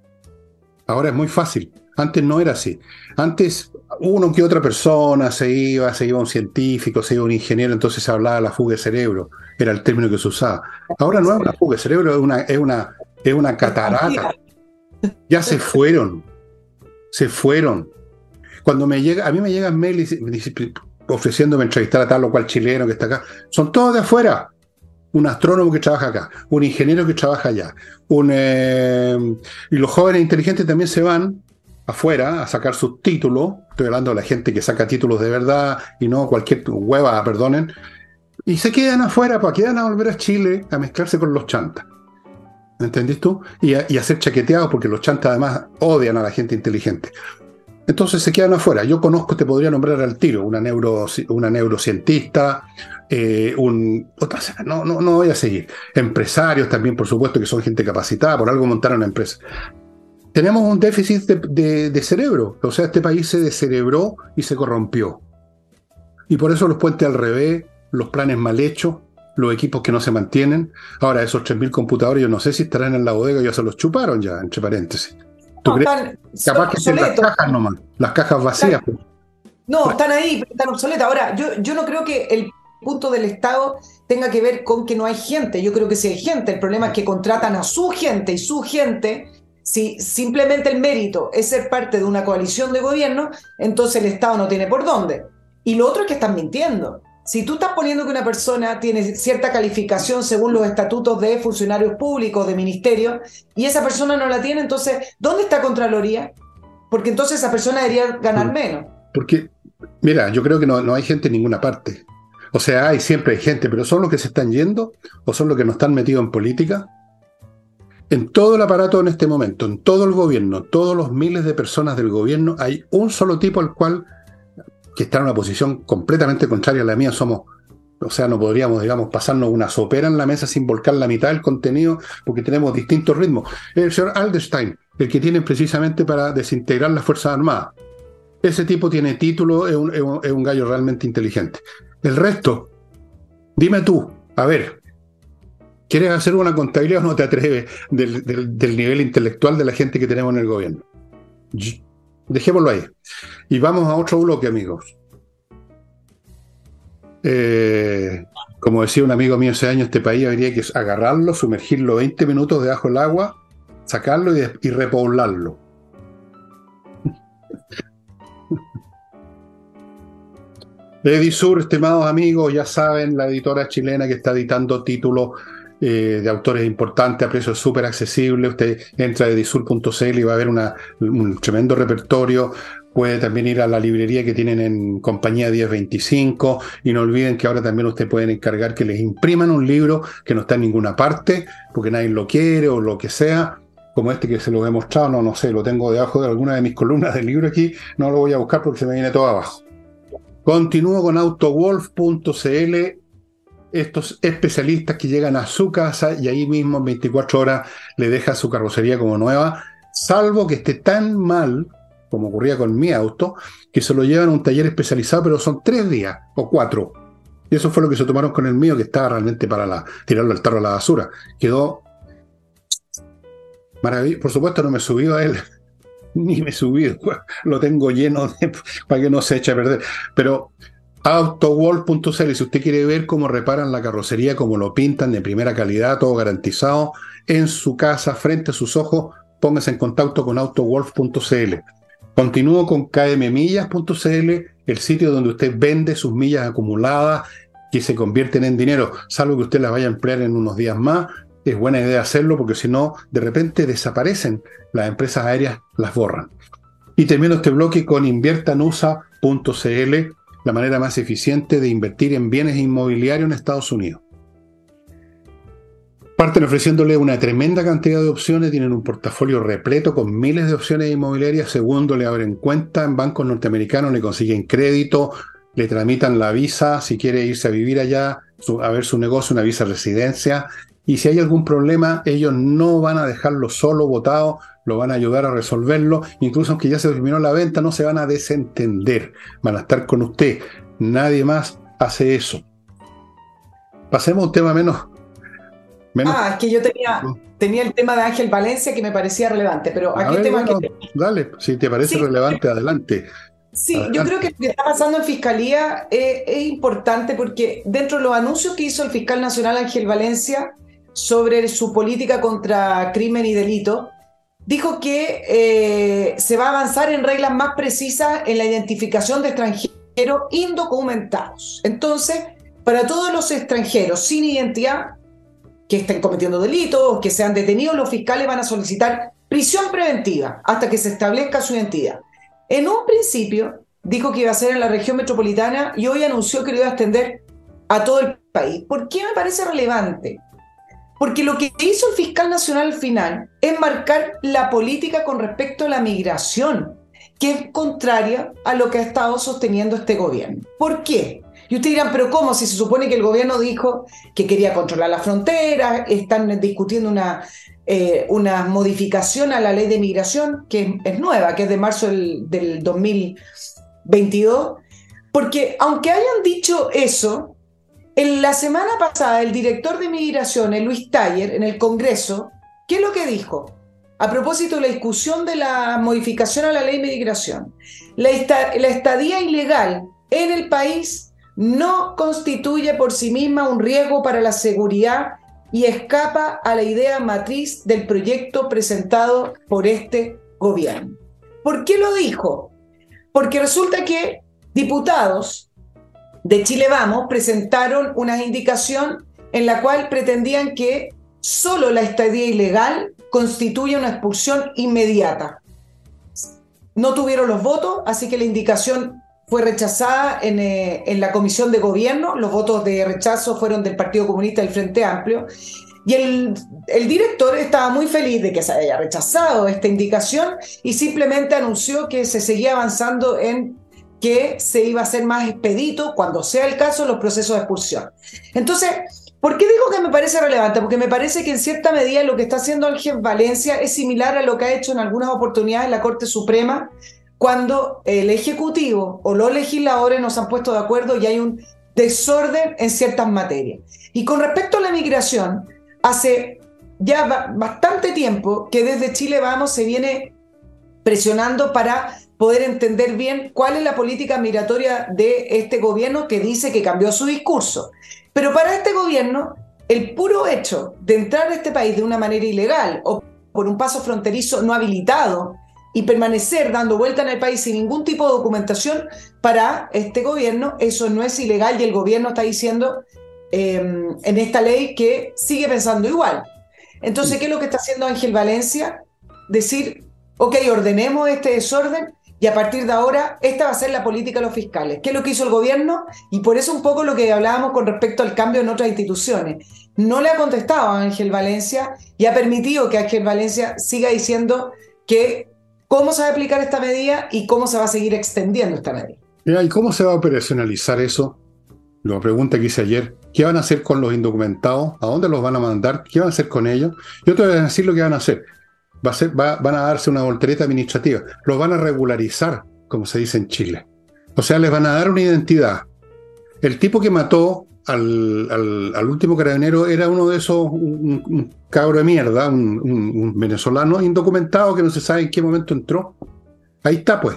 Ahora es muy fácil. Antes no era así. Antes uno que otra persona se iba, se iba un científico, se iba un ingeniero, entonces se hablaba de la fuga de cerebro. Era el término que se usaba. Ahora no es una fuga de cerebro, es una, es una, es una catarata. Ya se fueron. Se fueron. Cuando me llega, a mí me llegan mails ofreciéndome entrevistar a tal o cual chileno que está acá. Son todos de afuera. Un astrónomo que trabaja acá, un ingeniero que trabaja allá. Un, eh, y los jóvenes inteligentes también se van afuera a sacar sus títulos, estoy hablando de la gente que saca títulos de verdad y no cualquier hueva, perdonen, y se quedan afuera para quedan a volver a Chile a mezclarse con los chantas. ¿Entendís tú? Y a, y a ser chaqueteados porque los chantas además odian a la gente inteligente. Entonces se quedan afuera. Yo conozco, te podría nombrar al tiro, una, neuro, una neurocientista, eh, un, otra, no, no, no voy a seguir. Empresarios también, por supuesto, que son gente capacitada, por algo montaron una empresa. Tenemos un déficit de, de, de cerebro. O sea, este país se descerebró y se corrompió. Y por eso los puentes al revés, los planes mal hechos, los equipos que no se mantienen. Ahora, esos tres mil computadores, yo no sé si estarán en la bodega, ya se los chuparon ya, entre paréntesis. ¿Tú no, crees? Están Capaz que son las cajas nomás, las cajas vacías. Están, no, están ahí, pero están obsoletas. Ahora, yo, yo no creo que el punto del Estado tenga que ver con que no hay gente. Yo creo que sí hay gente. El problema es que contratan a su gente y su gente, si simplemente el mérito es ser parte de una coalición de gobierno, entonces el Estado no tiene por dónde. Y lo otro es que están mintiendo. Si tú estás poniendo que una persona tiene cierta calificación según los estatutos de funcionarios públicos, de ministerios, y esa persona no la tiene, entonces, ¿dónde está Contraloría? Porque entonces esa persona debería ganar menos. Porque, mira, yo creo que no, no hay gente en ninguna parte. O sea, hay, siempre hay gente, pero ¿son los que se están yendo o son los que no están metidos en política? En todo el aparato en este momento, en todo el gobierno, todos los miles de personas del gobierno, hay un solo tipo al cual que está en una posición completamente contraria a la mía, somos, o sea, no podríamos, digamos, pasarnos una sopera en la mesa sin volcar la mitad del contenido, porque tenemos distintos ritmos. El señor Alderstein, el que tienen precisamente para desintegrar las Fuerzas Armadas. Ese tipo tiene título, es un, es un, es un gallo realmente inteligente. El resto, dime tú, a ver, ¿quieres hacer una contabilidad o no te atreves del, del, del nivel intelectual de la gente que tenemos en el gobierno? Dejémoslo ahí. Y vamos a otro bloque, amigos. Eh, como decía un amigo mío hace años, este país habría que agarrarlo, sumergirlo veinte minutos debajo del agua, sacarlo y, y repoblarlo. Edisur, estimados amigos, ya saben, la editora chilena que está editando títulos Eh, de autores importantes a precios súper accesibles. Usted entra a edisur punto c l y va a ver una, un tremendo repertorio. Puede también ir a la librería que tienen en Compañía diez veinticinco, y no olviden que ahora también ustedes pueden encargar que les impriman un libro que no está en ninguna parte porque nadie lo quiere o lo que sea, como este que se lo he mostrado, no, no sé, lo tengo debajo de alguna de mis columnas del libro aquí, no lo voy a buscar porque se me viene todo abajo. Continúo con autowolf punto c l, estos especialistas que llegan a su casa y ahí mismo en veinticuatro horas le deja su carrocería como nueva, salvo que esté tan mal, como ocurría con mi auto, que se lo llevan a un taller especializado, pero son tres días o cuatro. Y eso fue lo que se tomaron con el mío, que estaba realmente para la, tirarlo al tarro a la basura. Quedó maravilloso. Por supuesto no me he subido a él, ni me he subido, lo tengo lleno de, para que no se eche a perder. Pero autowolf punto c l, si usted quiere ver cómo reparan la carrocería, cómo lo pintan de primera calidad, todo garantizado, en su casa, frente a sus ojos, póngase en contacto con autowolf punto c l. Continúo con k m millas punto c l, el sitio donde usted vende sus millas acumuladas que se convierten en dinero, salvo que usted las vaya a emplear en unos días más. Es buena idea hacerlo porque si no, de repente desaparecen, las empresas aéreas las borran. Y termino este bloque con inviertanusa punto c l, la manera más eficiente de invertir en bienes inmobiliarios en Estados Unidos. Parten ofreciéndole una tremenda cantidad de opciones, tienen un portafolio repleto con miles de opciones inmobiliarias. Segundo, le abren cuenta en bancos norteamericanos, le consiguen crédito, le tramitan la visa si quiere irse a vivir allá, su, a ver su negocio, una visa residencia. Y si hay algún problema, ellos no van a dejarlo solo, botado, lo van a ayudar a resolverlo. Incluso aunque ya se terminó la venta, no se van a desentender, van a estar con usted. Nadie más hace eso. Pasemos a un tema menos... menos... Ah, es que yo tenía, tenía el tema de Ángel Valencia que me parecía relevante, pero aquí el tema bueno, que... Dale, si te parece sí, relevante, adelante. Sí, adelante. Yo creo que lo que está pasando en Fiscalía es, es importante porque dentro de los anuncios que hizo el fiscal nacional Ángel Valencia sobre su política contra crimen y delito, dijo que eh, se va a avanzar en reglas más precisas en la identificación de extranjeros indocumentados. Entonces, para todos los extranjeros sin identidad que estén cometiendo delitos o que sean detenidos, los fiscales van a solicitar prisión preventiva hasta que se establezca su identidad. En un principio dijo que iba a ser en la región metropolitana y hoy anunció que lo iba a extender a todo el país. ¿Por qué me parece relevante? Porque lo que hizo el fiscal nacional al final es marcar la política con respecto a la migración, que es contraria a lo que ha estado sosteniendo este gobierno. ¿Por qué? Y ustedes dirán, ¿pero cómo? Si se supone que el gobierno dijo que quería controlar la frontera, están discutiendo una, eh, una modificación a la ley de migración, que es, es nueva, que es de marzo del, del dos mil veintidós, porque aunque hayan dicho eso, en la semana pasada el director de Migraciones, Luis Taller, en el Congreso, ¿qué es lo que dijo? A propósito de la discusión de la modificación a la ley de migración, la, esta, la estadía ilegal en el país no constituye por sí misma un riesgo para la seguridad y escapa a la idea matriz del proyecto presentado por este gobierno. ¿Por qué lo dijo? Porque resulta que diputados de Chile Vamos presentaron una indicación en la cual pretendían que solo la estadía ilegal constituye una expulsión inmediata. No tuvieron los votos, así que la indicación fue rechazada en, eh, en la comisión de gobierno. Los votos de rechazo fueron del Partido Comunista y del Frente Amplio. Y el, el director estaba muy feliz de que se haya rechazado esta indicación y simplemente anunció que se seguía avanzando en que se iba a hacer más expedito, cuando sea el caso, los procesos de expulsión. Entonces, ¿por qué digo que me parece relevante? Porque me parece que en cierta medida lo que está haciendo Ángel Valencia es similar a lo que ha hecho en algunas oportunidades la Corte Suprema, cuando el Ejecutivo o los legisladores nos han puesto de acuerdo y hay un desorden en ciertas materias. Y con respecto a la migración, hace ya bastante tiempo que desde Chile Vamos se viene presionando para poder entender bien cuál es la política migratoria de este gobierno, que dice que cambió su discurso. Pero para este gobierno, el puro hecho de entrar a este país de una manera ilegal o por un paso fronterizo no habilitado y permanecer dando vuelta en el país sin ningún tipo de documentación, para este gobierno eso no es ilegal, y el gobierno está diciendo eh, en esta ley que sigue pensando igual. Entonces, ¿qué es lo que está haciendo Ángel Valencia? Decir, ok, ordenemos este desorden y a partir de ahora esta va a ser la política de los fiscales. ¿Qué es lo que hizo el gobierno? Y por eso un poco lo que hablábamos con respecto al cambio en otras instituciones. No le ha contestado a Ángel Valencia y ha permitido que Ángel Valencia siga diciendo que cómo se va a aplicar esta medida y cómo se va a seguir extendiendo esta medida. Mira, ¿y cómo se va a operacionalizar eso? La pregunta que hice ayer, ¿qué van a hacer con los indocumentados? ¿A dónde los van a mandar? ¿Qué van a hacer con ellos? Yo te voy a decir lo que van a hacer. Va a ser, va, van a darse una voltereta administrativa. Los van a regularizar, como se dice en Chile. O sea, les van a dar una identidad. El tipo que mató al, al, al último carabinero era uno de esos, un, un cabro de mierda, un, un, un venezolano indocumentado que no se sabe en qué momento entró. Ahí está, pues.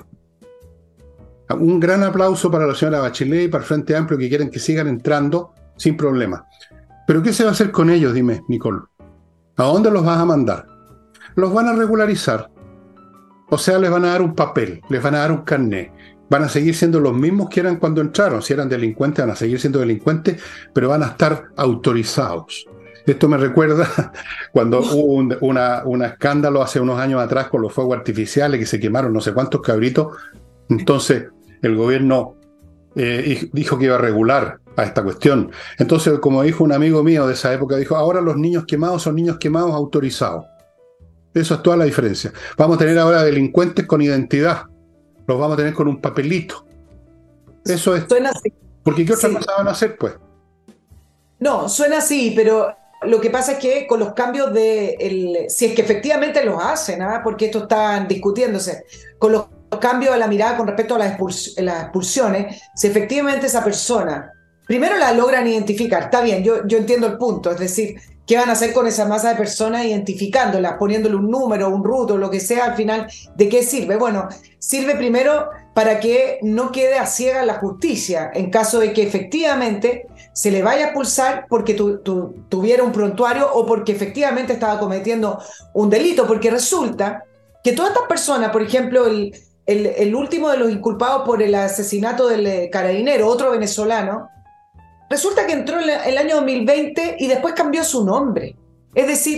Un gran aplauso para la señora Bachelet y para el Frente Amplio, que quieren que sigan entrando sin problema. Pero ¿qué se va a hacer con ellos? Dime, Nicole. ¿A dónde los vas a mandar? Los van a regularizar. O sea, les van a dar un papel, les van a dar un carnet. Van a seguir siendo los mismos que eran cuando entraron. Si eran delincuentes, van a seguir siendo delincuentes, pero van a estar autorizados. Esto me recuerda cuando hubo un una, una escándalo hace unos años atrás con los fuegos artificiales, que se quemaron no sé cuántos cabritos. Entonces, el gobierno eh, dijo que iba a regular a esta cuestión. Entonces, como dijo un amigo mío de esa época, dijo, ahora los niños quemados son niños quemados autorizados. Eso es toda la diferencia. Vamos a tener ahora delincuentes con identidad. Los vamos a tener con un papelito. Eso es. Suena así. Porque ¿qué otra Sí. cosa van a hacer, pues? No, suena así, pero lo que pasa es que con los cambios de, el, si es que efectivamente los hacen, ¿ah? Porque esto está discutiéndose, con los cambios a la mirada con respecto a las, expuls las expulsiones, si efectivamente esa persona, primero la logran identificar, está bien, yo, yo entiendo el punto, es decir, ¿qué van a hacer con esa masa de personas identificándolas, poniéndole un número, un ruto, lo que sea, al final, ¿de qué sirve? Bueno, sirve primero para que no quede a ciegas la justicia, en caso de que efectivamente se le vaya a expulsar porque tu, tu, tuviera un prontuario o porque efectivamente estaba cometiendo un delito, porque resulta que todas estas personas, por ejemplo, el, el, el último de los inculpados por el asesinato del carabinero, otro venezolano, resulta que entró en el año dos mil veinte y después cambió su nombre. Es decir,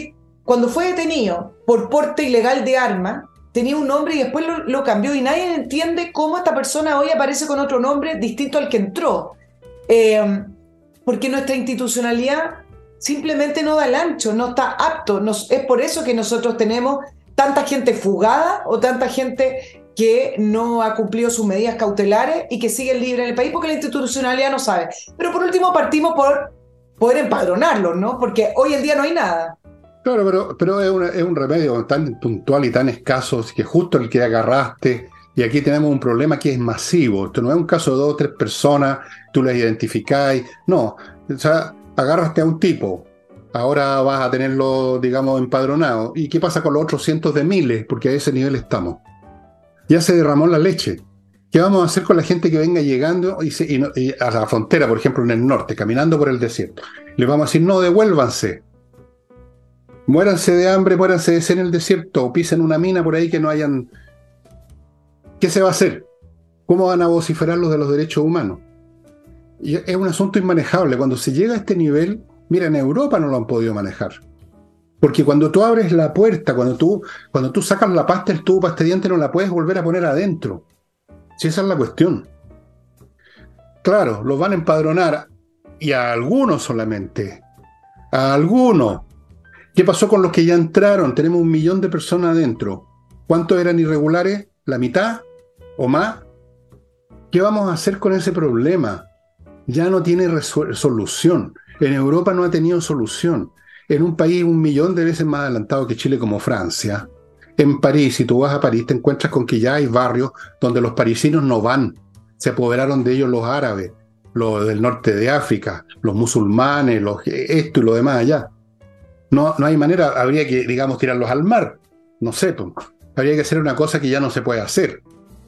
cuando fue detenido por porte ilegal de armas, tenía un nombre y después lo, lo cambió y nadie entiende cómo esta persona hoy aparece con otro nombre distinto al que entró. Eh, porque nuestra institucionalidad simplemente no da el ancho, no está apto. Nos, es por eso que nosotros tenemos tanta gente fugada o tanta gente que no ha cumplido sus medidas cautelares y que sigue libre en el país porque la institucionalidad no sabe. Pero por último partimos por poder empadronarlos, ¿no? Porque hoy en día no hay nada. Claro, pero, pero es, una, es un remedio tan puntual y tan escaso que justo el que agarraste, y aquí tenemos un problema que es masivo. Esto no es un caso de dos o tres personas, tú las identificáis, no, o sea, agarraste a un tipo, ahora vas a tenerlo, digamos, empadronado. ¿Y qué pasa con los otros cientos de miles? Porque a ese nivel estamos. Ya se derramó la leche. ¿Qué vamos a hacer con la gente que venga llegando y, se, y, no, y a la frontera, por ejemplo, en el norte, caminando por el desierto? Les vamos a decir, no, devuélvanse. Muéranse de hambre, muéranse de sed en el desierto, o pisen una mina por ahí que no hayan... ¿Qué se va a hacer? ¿Cómo van a vociferar los de los derechos humanos? Y es un asunto inmanejable. Cuando se llega a este nivel, mira, en Europa no lo han podido manejar. Porque cuando tú abres la puerta, cuando tú, cuando tú sacas la pasta del tubo para este diente, no la puedes volver a poner adentro. Si esa es la cuestión. Claro, los van a empadronar, y a algunos solamente. A algunos. ¿Qué pasó con los que ya entraron? Tenemos un millón de personas adentro. ¿Cuántos eran irregulares? ¿La mitad o más? ¿Qué vamos a hacer con ese problema? Ya no tiene resol- solución. En Europa no ha tenido solución. En un país un millón de veces más adelantado que Chile, como Francia, en París, si tú vas a París, te encuentras con que ya hay barrios donde los parisinos no van. Se apoderaron de ellos los árabes, los del norte de África, los musulmanes, los, esto y lo demás allá. No, no hay manera, habría que, digamos, tirarlos al mar. No sé, pues, habría que hacer una cosa que ya no se puede hacer.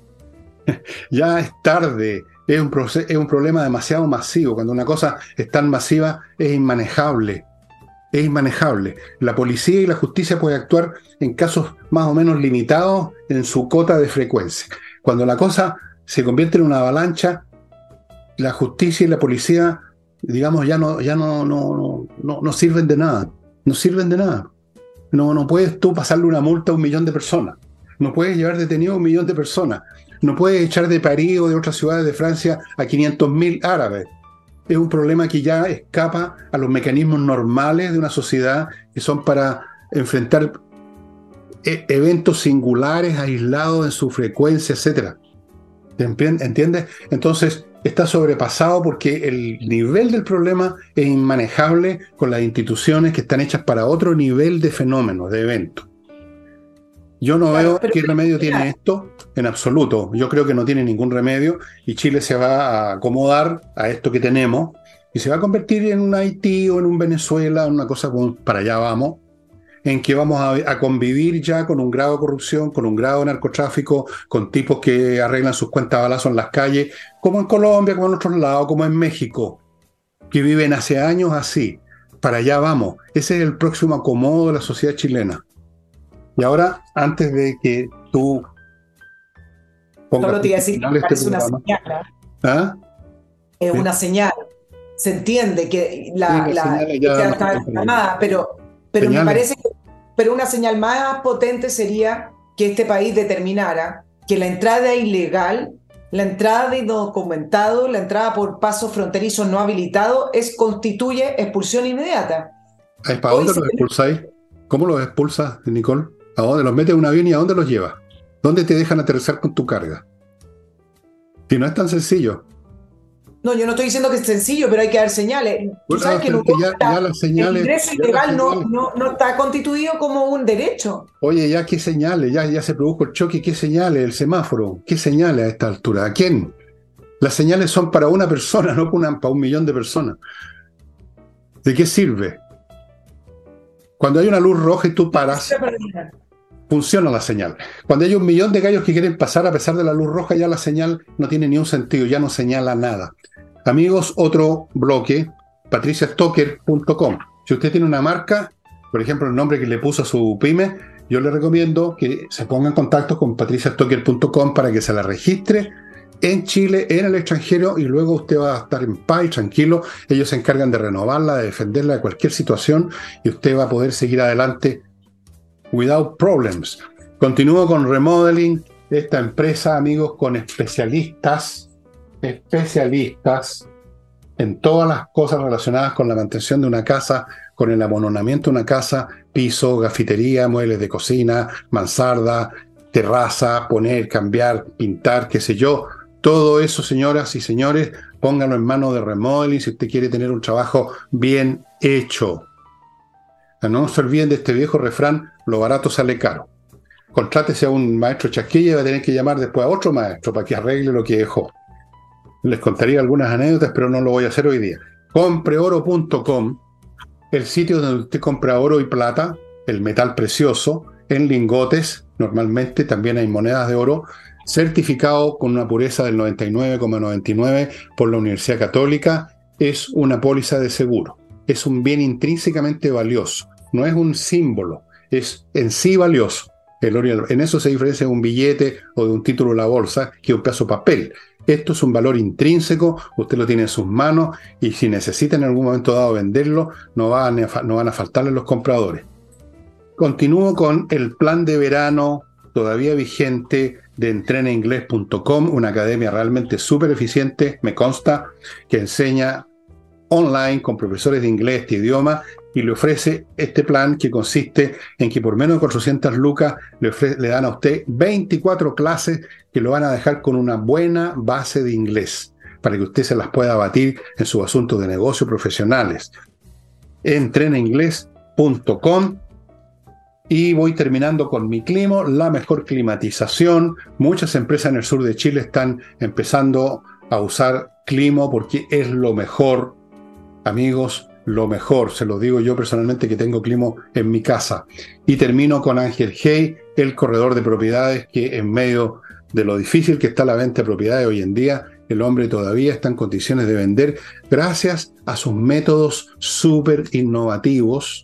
Ya es tarde, es un, proces- es un problema demasiado masivo. Cuando una cosa es tan masiva, es inmanejable. Es inmanejable. La policía y la justicia pueden actuar en casos más o menos limitados en su cota de frecuencia. Cuando la cosa se convierte en una avalancha, la justicia y la policía, digamos, ya no, ya no, no, no, no, no sirven de nada. No sirven de nada. No, no puedes tú pasarle una multa a un millón de personas. No puedes llevar detenido a un millón de personas. No puedes echar de París o de otras ciudades de Francia a quinientos mil árabes. Es un problema que ya escapa a los mecanismos normales de una sociedad, que son para enfrentar e- eventos singulares, aislados en su frecuencia, etcétera. ¿Entiendes? Entonces, está sobrepasado porque el nivel del problema es inmanejable con las instituciones que están hechas para otro nivel de fenómenos, de eventos. Yo no Claro, veo pero, qué remedio mira, tiene esto en absoluto. Yo creo que no tiene ningún remedio y Chile se va a acomodar a esto que tenemos y se va a convertir en un Haití o en un Venezuela, una cosa como para allá vamos, en que vamos a, a convivir ya con un grado de corrupción, con un grado de narcotráfico, con tipos que arreglan sus cuentas a balazo en las calles, como en Colombia, como en otros lados, como en México, que viven hace años así. Para allá vamos. Ese es el próximo acomodo de la sociedad chilena. Y ahora, antes de que tú pongas solo te iba a punto decir que final me a este parece una programa, señal, ¿eh? ¿ah? Es ¿Sí? una señal. Se entiende que Sí, la, las la señales ya ya no está son llamada, pero, pero me señales. parece que pero una señal más potente sería que este país determinara que la entrada ilegal, la entrada de indocumentado, la entrada por pasos fronterizos no habilitados, es, constituye expulsión inmediata. Ay, ¿para Hoy dónde se los expulsáis? ¿Cómo los expulsas, Nicole? ¿A dónde los metes en un avión y a dónde los llevas? ¿Dónde te dejan aterrizar con tu carga? Si no es tan sencillo. No, yo no estoy diciendo que es sencillo, pero hay que dar señales. Tú Bueno, sabes que en pero que ya, Europa ya las el señales, ingreso ya las ilegal no, señales. no, no está constituido como un derecho. Oye, ya qué señales, ya, ya se produjo el choque, qué señales, el semáforo, qué señales a esta altura, ¿a quién? Las señales son para una persona, no para, una, para un millón de personas. ¿De qué sirve? Cuando hay una luz roja y tú paras, funciona la señal. Cuando hay un millón de gallos que quieren pasar a pesar de la luz roja, ya la señal no tiene ni un sentido, ya no señala nada. Amigos, otro bloque, patricia stocker punto com. Si usted tiene una marca, por ejemplo, el nombre que le puso a su pyme, yo le recomiendo que se ponga en contacto con patricia stocker punto com para que se la registre en Chile, en el extranjero, y luego usted va a estar en paz y tranquilo. Ellos se encargan de renovarla, de defenderla de cualquier situación, y usted va a poder seguir adelante without problems. Continúo con Remodeling, esta empresa, amigos, con especialistas, especialistas en todas las cosas relacionadas con la mantención de una casa, con el abononamiento de una casa, piso, gafitería, muebles de cocina, mansarda, terraza, poner, cambiar, pintar, qué sé yo. Todo eso, señoras y señores, pónganlo en manos de Remodeling si usted quiere tener un trabajo bien hecho. No se olviden de este viejo refrán, lo barato sale caro. Contrátese a un maestro chasquilla y va a tener que llamar después a otro maestro para que arregle lo que dejó. Les contaría algunas anécdotas, pero no lo voy a hacer hoy día. compre oro punto com, el sitio donde usted compra oro y plata, el metal precioso, en lingotes, normalmente también hay monedas de oro, certificado con una pureza del noventa y nueve coma noventa y nueve por la Universidad Católica. Es una póliza de seguro. Es un bien intrínsecamente valioso. No es un símbolo, es en sí valioso. El oro, en eso se diferencia de un billete o de un título de la bolsa, que es un pedazo de papel. Esto es un valor intrínseco, usted lo tiene en sus manos y si necesita en algún momento dado venderlo, no van a, no van a faltarle los compradores. Continúo con el plan de verano todavía vigente de entrena inglés punto com, una academia realmente súper eficiente, me consta, que enseña online con profesores de inglés, este idioma, y le ofrece este plan que consiste en que por menos de cuatrocientas lucas le, ofre- le dan a usted veinticuatro clases que lo van a dejar con una buena base de inglés para que usted se las pueda batir en sus asuntos de negocio profesionales. entrena inglés punto com. Y voy terminando con Mi Climo, la mejor climatización. Muchas empresas en el sur de Chile están empezando a usar Climo porque es lo mejor, amigos, lo mejor. Se lo digo yo personalmente que tengo Climo en mi casa. Y termino con Ángel Hey, el corredor de propiedades, que en medio de lo difícil que está la venta de propiedades hoy en día, el hombre todavía está en condiciones de vender gracias a sus métodos súper innovativos.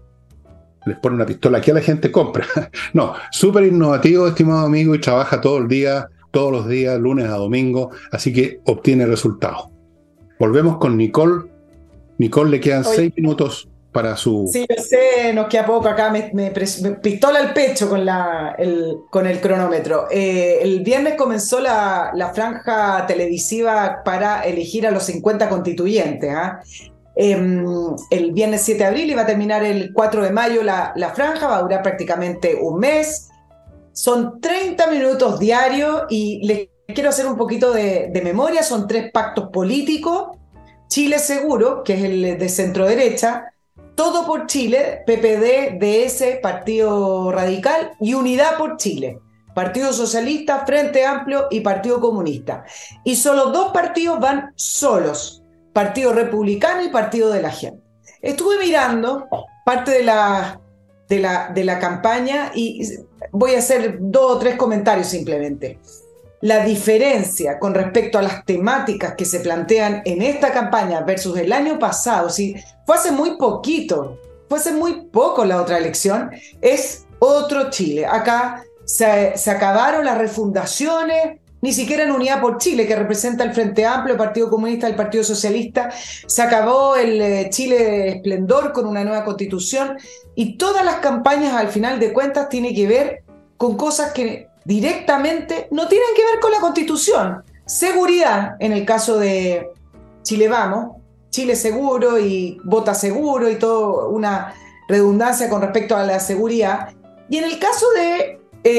Les pone una pistola, aquí a la gente compra. No, súper innovativo, estimado amigo, y trabaja todo el día, todos los días, lunes a domingo, así que obtiene resultados. Volvemos con Nicole. Nicole, le quedan Oye, seis minutos para su... Sí, yo sé, nos queda poco acá, me, me, me pistola al pecho con, la, el, con el cronómetro. Eh, el viernes comenzó la, la franja televisiva para elegir a los cincuenta constituyentes, ¿eh? Eh, el viernes siete de abril y va a terminar el cuatro de mayo la, la franja, va a durar prácticamente un mes. Son treinta minutos diarios y les quiero hacer un poquito de, de memoria. Son tres pactos políticos: Chile Seguro, que es el de centro derecha, Todo por Chile, P P D, D S, Partido Radical, y Unidad por Chile, Partido Socialista, Frente Amplio y Partido Comunista. Y solo dos partidos van solos: Partido Republicano y Partido de la Gente. Estuve mirando parte de la, de la, de la campaña y voy a hacer dos o tres comentarios simplemente. La diferencia con respecto a las temáticas que se plantean en esta campaña versus el año pasado, si fue hace muy poquito, fue hace muy poco la otra elección, es otro Chile. Acá se, se acabaron las refundaciones. Ni siquiera en Unidad por Chile, que representa el Frente Amplio, el Partido Comunista, el Partido Socialista. Se acabó el eh, Chile de esplendor con una nueva constitución. Y todas las campañas, al final de cuentas, tienen que ver con cosas que directamente no tienen que ver con la constitución. Seguridad, en el caso de Chile Vamos, Chile Seguro y Vota Seguro y toda una redundancia con respecto a la seguridad. Y en el caso de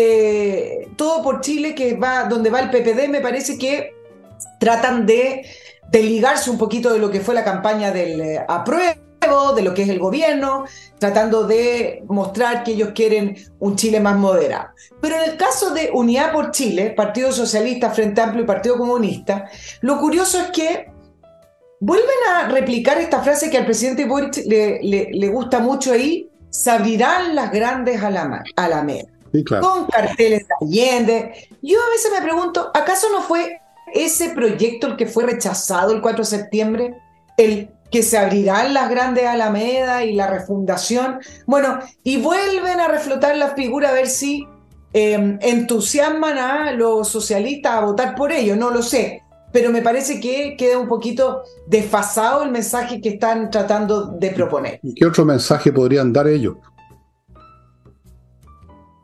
Eh, Todo por Chile, que va donde va el P P D, me parece que tratan de, de ligarse un poquito de lo que fue la campaña del eh, apruebo, de lo que es el gobierno, tratando de mostrar que ellos quieren un Chile más moderado. Pero en el caso de Unidad por Chile, Partido Socialista, Frente Amplio y Partido Comunista, lo curioso es que vuelven a replicar esta frase que al presidente Boric le, le, le gusta mucho ahí: se abrirán las grandes alamedas. Sí, claro. Con carteles de Allende. Yo a veces me pregunto, ¿acaso no fue ese proyecto el que fue rechazado el cuatro de septiembre? El que se abrirán las grandes alamedas y la refundación. Bueno, y vuelven a reflotar la figura a ver si eh, entusiasman a los socialistas a votar por ello, no lo sé. Pero me parece que queda un poquito desfasado el mensaje que están tratando de proponer. ¿Y qué otro mensaje podrían dar ellos?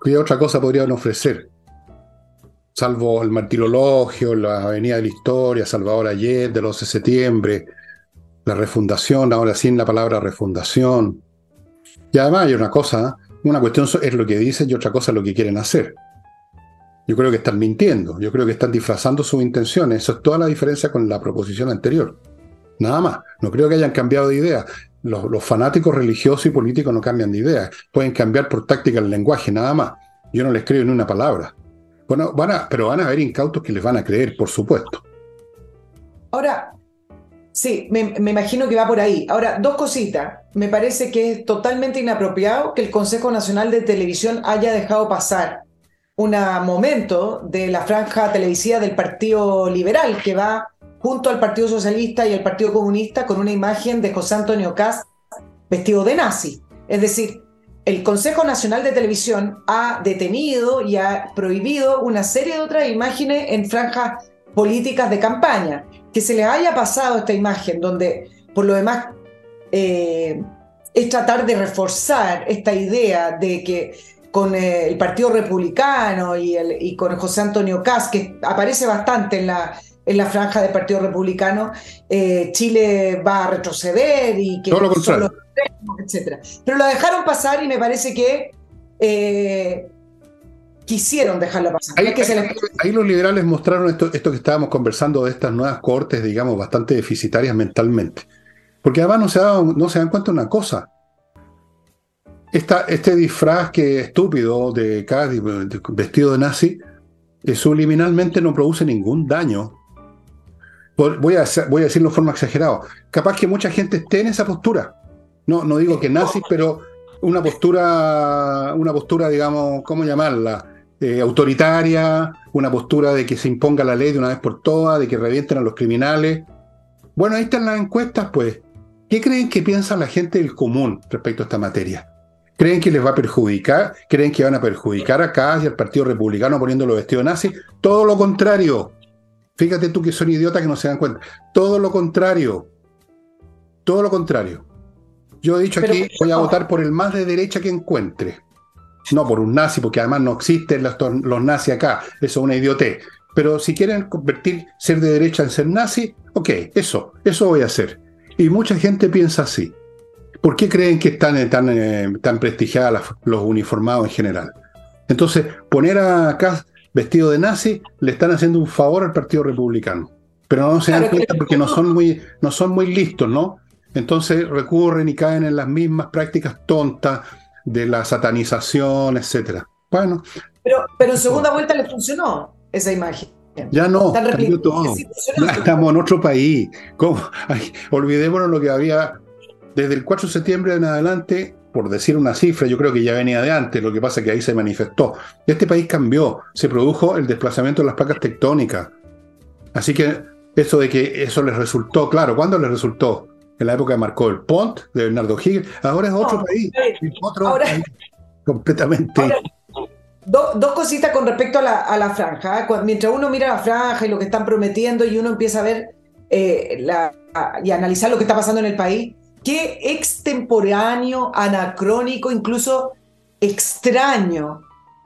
¿Qué otra cosa podrían ofrecer? Salvo el martirologio, la Avenida de la Historia, Salvador Allende, el once de septiembre, la refundación, ahora sin la palabra refundación. Y además hay una cosa, una cuestión es lo que dicen y otra cosa es lo que quieren hacer. Yo creo que están mintiendo, yo creo que están disfrazando sus intenciones. Eso es toda la diferencia con la proposición anterior. Nada más. No creo que hayan cambiado de idea. Los, los fanáticos religiosos y políticos no cambian de idea. Pueden cambiar por táctica el lenguaje, nada más. Yo no les creo ni una palabra. Bueno, van a, pero van a haber incautos que les van a creer, por supuesto. Ahora, sí, me, me imagino que va por ahí. Ahora, dos cositas. Me parece que es totalmente inapropiado que el Consejo Nacional de Televisión haya dejado pasar un momento de la franja televisiva del Partido Liberal, que va junto al Partido Socialista y al Partido Comunista con una imagen de José Antonio Kast vestido de nazi. Es decir, el Consejo Nacional de Televisión ha detenido y ha prohibido una serie de otras imágenes en franjas políticas de campaña. Que se les haya pasado esta imagen, donde por lo demás eh, es tratar de reforzar esta idea de que con eh, el Partido Republicano y, el, y con José Antonio Kast, que aparece bastante en la, en la franja del Partido Republicano, eh, Chile va a retroceder y que todo lo contrario, etcétera. Pero lo dejaron pasar y me parece que eh, quisieron dejarlo pasar. Ahí, es que ahí, se les... ahí los liberales mostraron esto, esto que estábamos conversando de estas nuevas cohortes, digamos, bastante deficitarias mentalmente. Porque además no se, da, no se dan cuenta de una cosa. Esta, este disfraz que estúpido de cada vestido de nazi, eh, subliminalmente no produce ningún daño. Por, voy, a, voy a decirlo de forma exagerada. Capaz que mucha gente esté en esa postura. No, no digo que nazis, pero una postura, una postura, digamos, ¿cómo llamarla? Eh, autoritaria, una postura de que se imponga la ley de una vez por todas, de que revienten a los criminales. Bueno, ahí están las encuestas, pues. ¿Qué creen que piensa la gente del común respecto a esta materia? ¿Creen que les va a perjudicar? ¿Creen que van a perjudicar a Kast y al Partido Republicano poniéndolo vestido de nazi? Todo lo contrario. Fíjate tú que son idiotas que no se dan cuenta. Todo lo contrario. Todo lo contrario. Yo he dicho aquí, Pero, voy a no. votar por el más de derecha que encuentre. No por un nazi, porque además no existen los, los nazis acá. Eso es una idiotez. Pero si quieren convertir ser de derecha en ser nazi, ok, eso, eso voy a hacer. Y mucha gente piensa así. ¿Por qué creen que están tan, eh, tan prestigiadas los uniformados en general? Entonces, poner a Kast vestido de nazi le están haciendo un favor al Partido Republicano. Pero no se dan cuenta porque no son muy, no son muy listos, ¿no? Entonces recurren y caen en las mismas prácticas tontas de la satanización, etcétera. Bueno. Pero, pero en segunda vuelta le funcionó esa imagen. Ya no, cambió todo. Ya estamos en otro país. ¿Cómo? Ay, olvidémonos lo que había desde el cuatro de septiembre en adelante, por decir una cifra, yo creo que ya venía de antes, lo que pasa es que ahí se manifestó. Este país cambió, se produjo el desplazamiento de las placas tectónicas. Así que eso de que eso les resultó, claro, ¿cuándo les resultó? En la época de Marcó el Pont, de Bernardo Higgins, ahora es otro no, país, otro ahora, país completamente... Ahora, do, dos cositas con respecto a la, a la franja. Mientras uno mira la franja y lo que están prometiendo y uno empieza a ver eh, la, a, y a analizar lo que está pasando en el país, qué extemporáneo, anacrónico, incluso extraño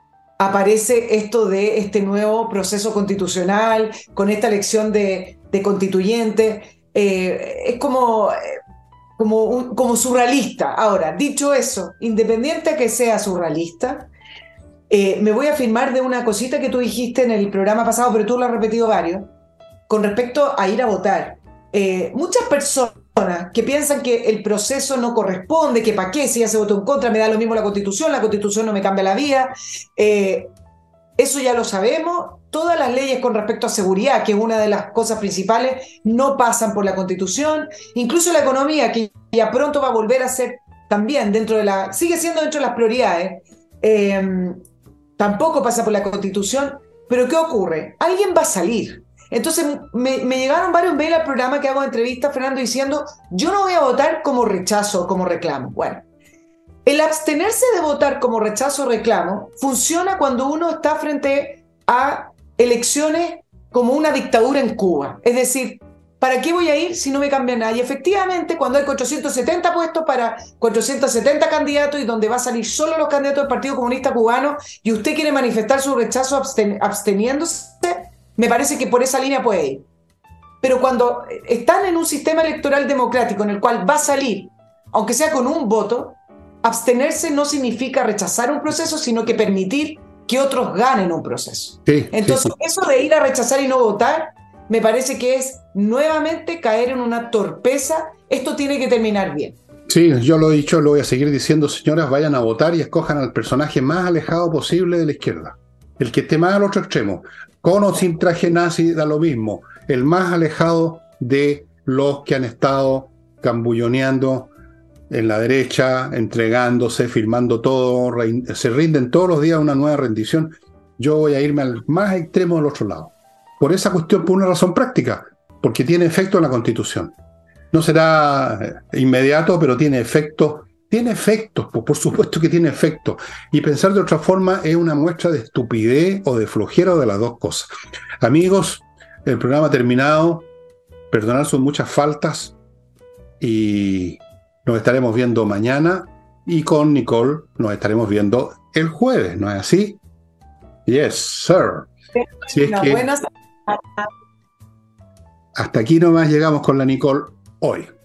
aparece esto de este nuevo proceso constitucional, con esta elección de, de constituyentes. Eh, es como, como, un, como surrealista. Ahora, dicho eso, independiente de que sea surrealista, eh, me voy a afirmar de una cosita que tú dijiste en el programa pasado, pero tú lo has repetido varios, con respecto a ir a votar. Eh, muchas personas que piensan que el proceso no corresponde, que para qué, si ya se votó en contra, me da lo mismo la Constitución, la Constitución no me cambia la vida. Eh, eso ya lo sabemos. Todas las leyes con respecto a seguridad, que es una de las cosas principales, no pasan por la Constitución. Incluso la economía, que ya pronto va a volver a ser también dentro de la... sigue siendo dentro de las prioridades, eh, tampoco pasa por la Constitución. Pero ¿qué ocurre? Alguien va a salir. Entonces me, me llegaron varios mails al programa que hago entrevistas, Fernando, diciendo yo no voy a votar como rechazo o como reclamo. Bueno, el abstenerse de votar como rechazo o reclamo funciona cuando uno está frente a elecciones como una dictadura en Cuba. Es decir, ¿para qué voy a ir si no me cambia nada? Y efectivamente, cuando hay cuatrocientos setenta puestos para cuatrocientos setenta candidatos y donde va a salir solo los candidatos del Partido Comunista Cubano y usted quiere manifestar su rechazo absten- absteniéndose, me parece que por esa línea puede ir. Pero cuando están en un sistema electoral democrático en el cual va a salir, aunque sea con un voto, abstenerse no significa rechazar un proceso, sino que permitir que otros ganen un proceso. Sí, Entonces, sí, sí. eso de ir a rechazar y no votar, me parece que es nuevamente caer en una torpeza. Esto tiene que terminar bien. Sí, yo lo he dicho, lo voy a seguir diciendo, señoras, vayan a votar y escojan al personaje más alejado posible de la izquierda. El que esté más al otro extremo, con o sin traje nazi, da lo mismo. El más alejado de los que han estado cambulloneando en la derecha, entregándose, firmando todo, rein- se rinden todos los días a una nueva rendición. Yo voy a irme al más extremo del otro lado. Por esa cuestión, por una razón práctica, porque tiene efecto en la Constitución. No será inmediato, pero tiene efectos. Tiene efectos, pues por supuesto que tiene efectos. Y pensar de otra forma es una muestra de estupidez o de flojera o de las dos cosas. Amigos, el programa ha terminado. Perdonar sus muchas faltas y nos estaremos viendo mañana. Y con Nicole nos estaremos viendo el jueves, ¿no es así? Yes, sir. Así es Una que buena... hasta aquí nomás llegamos con la Nicole hoy.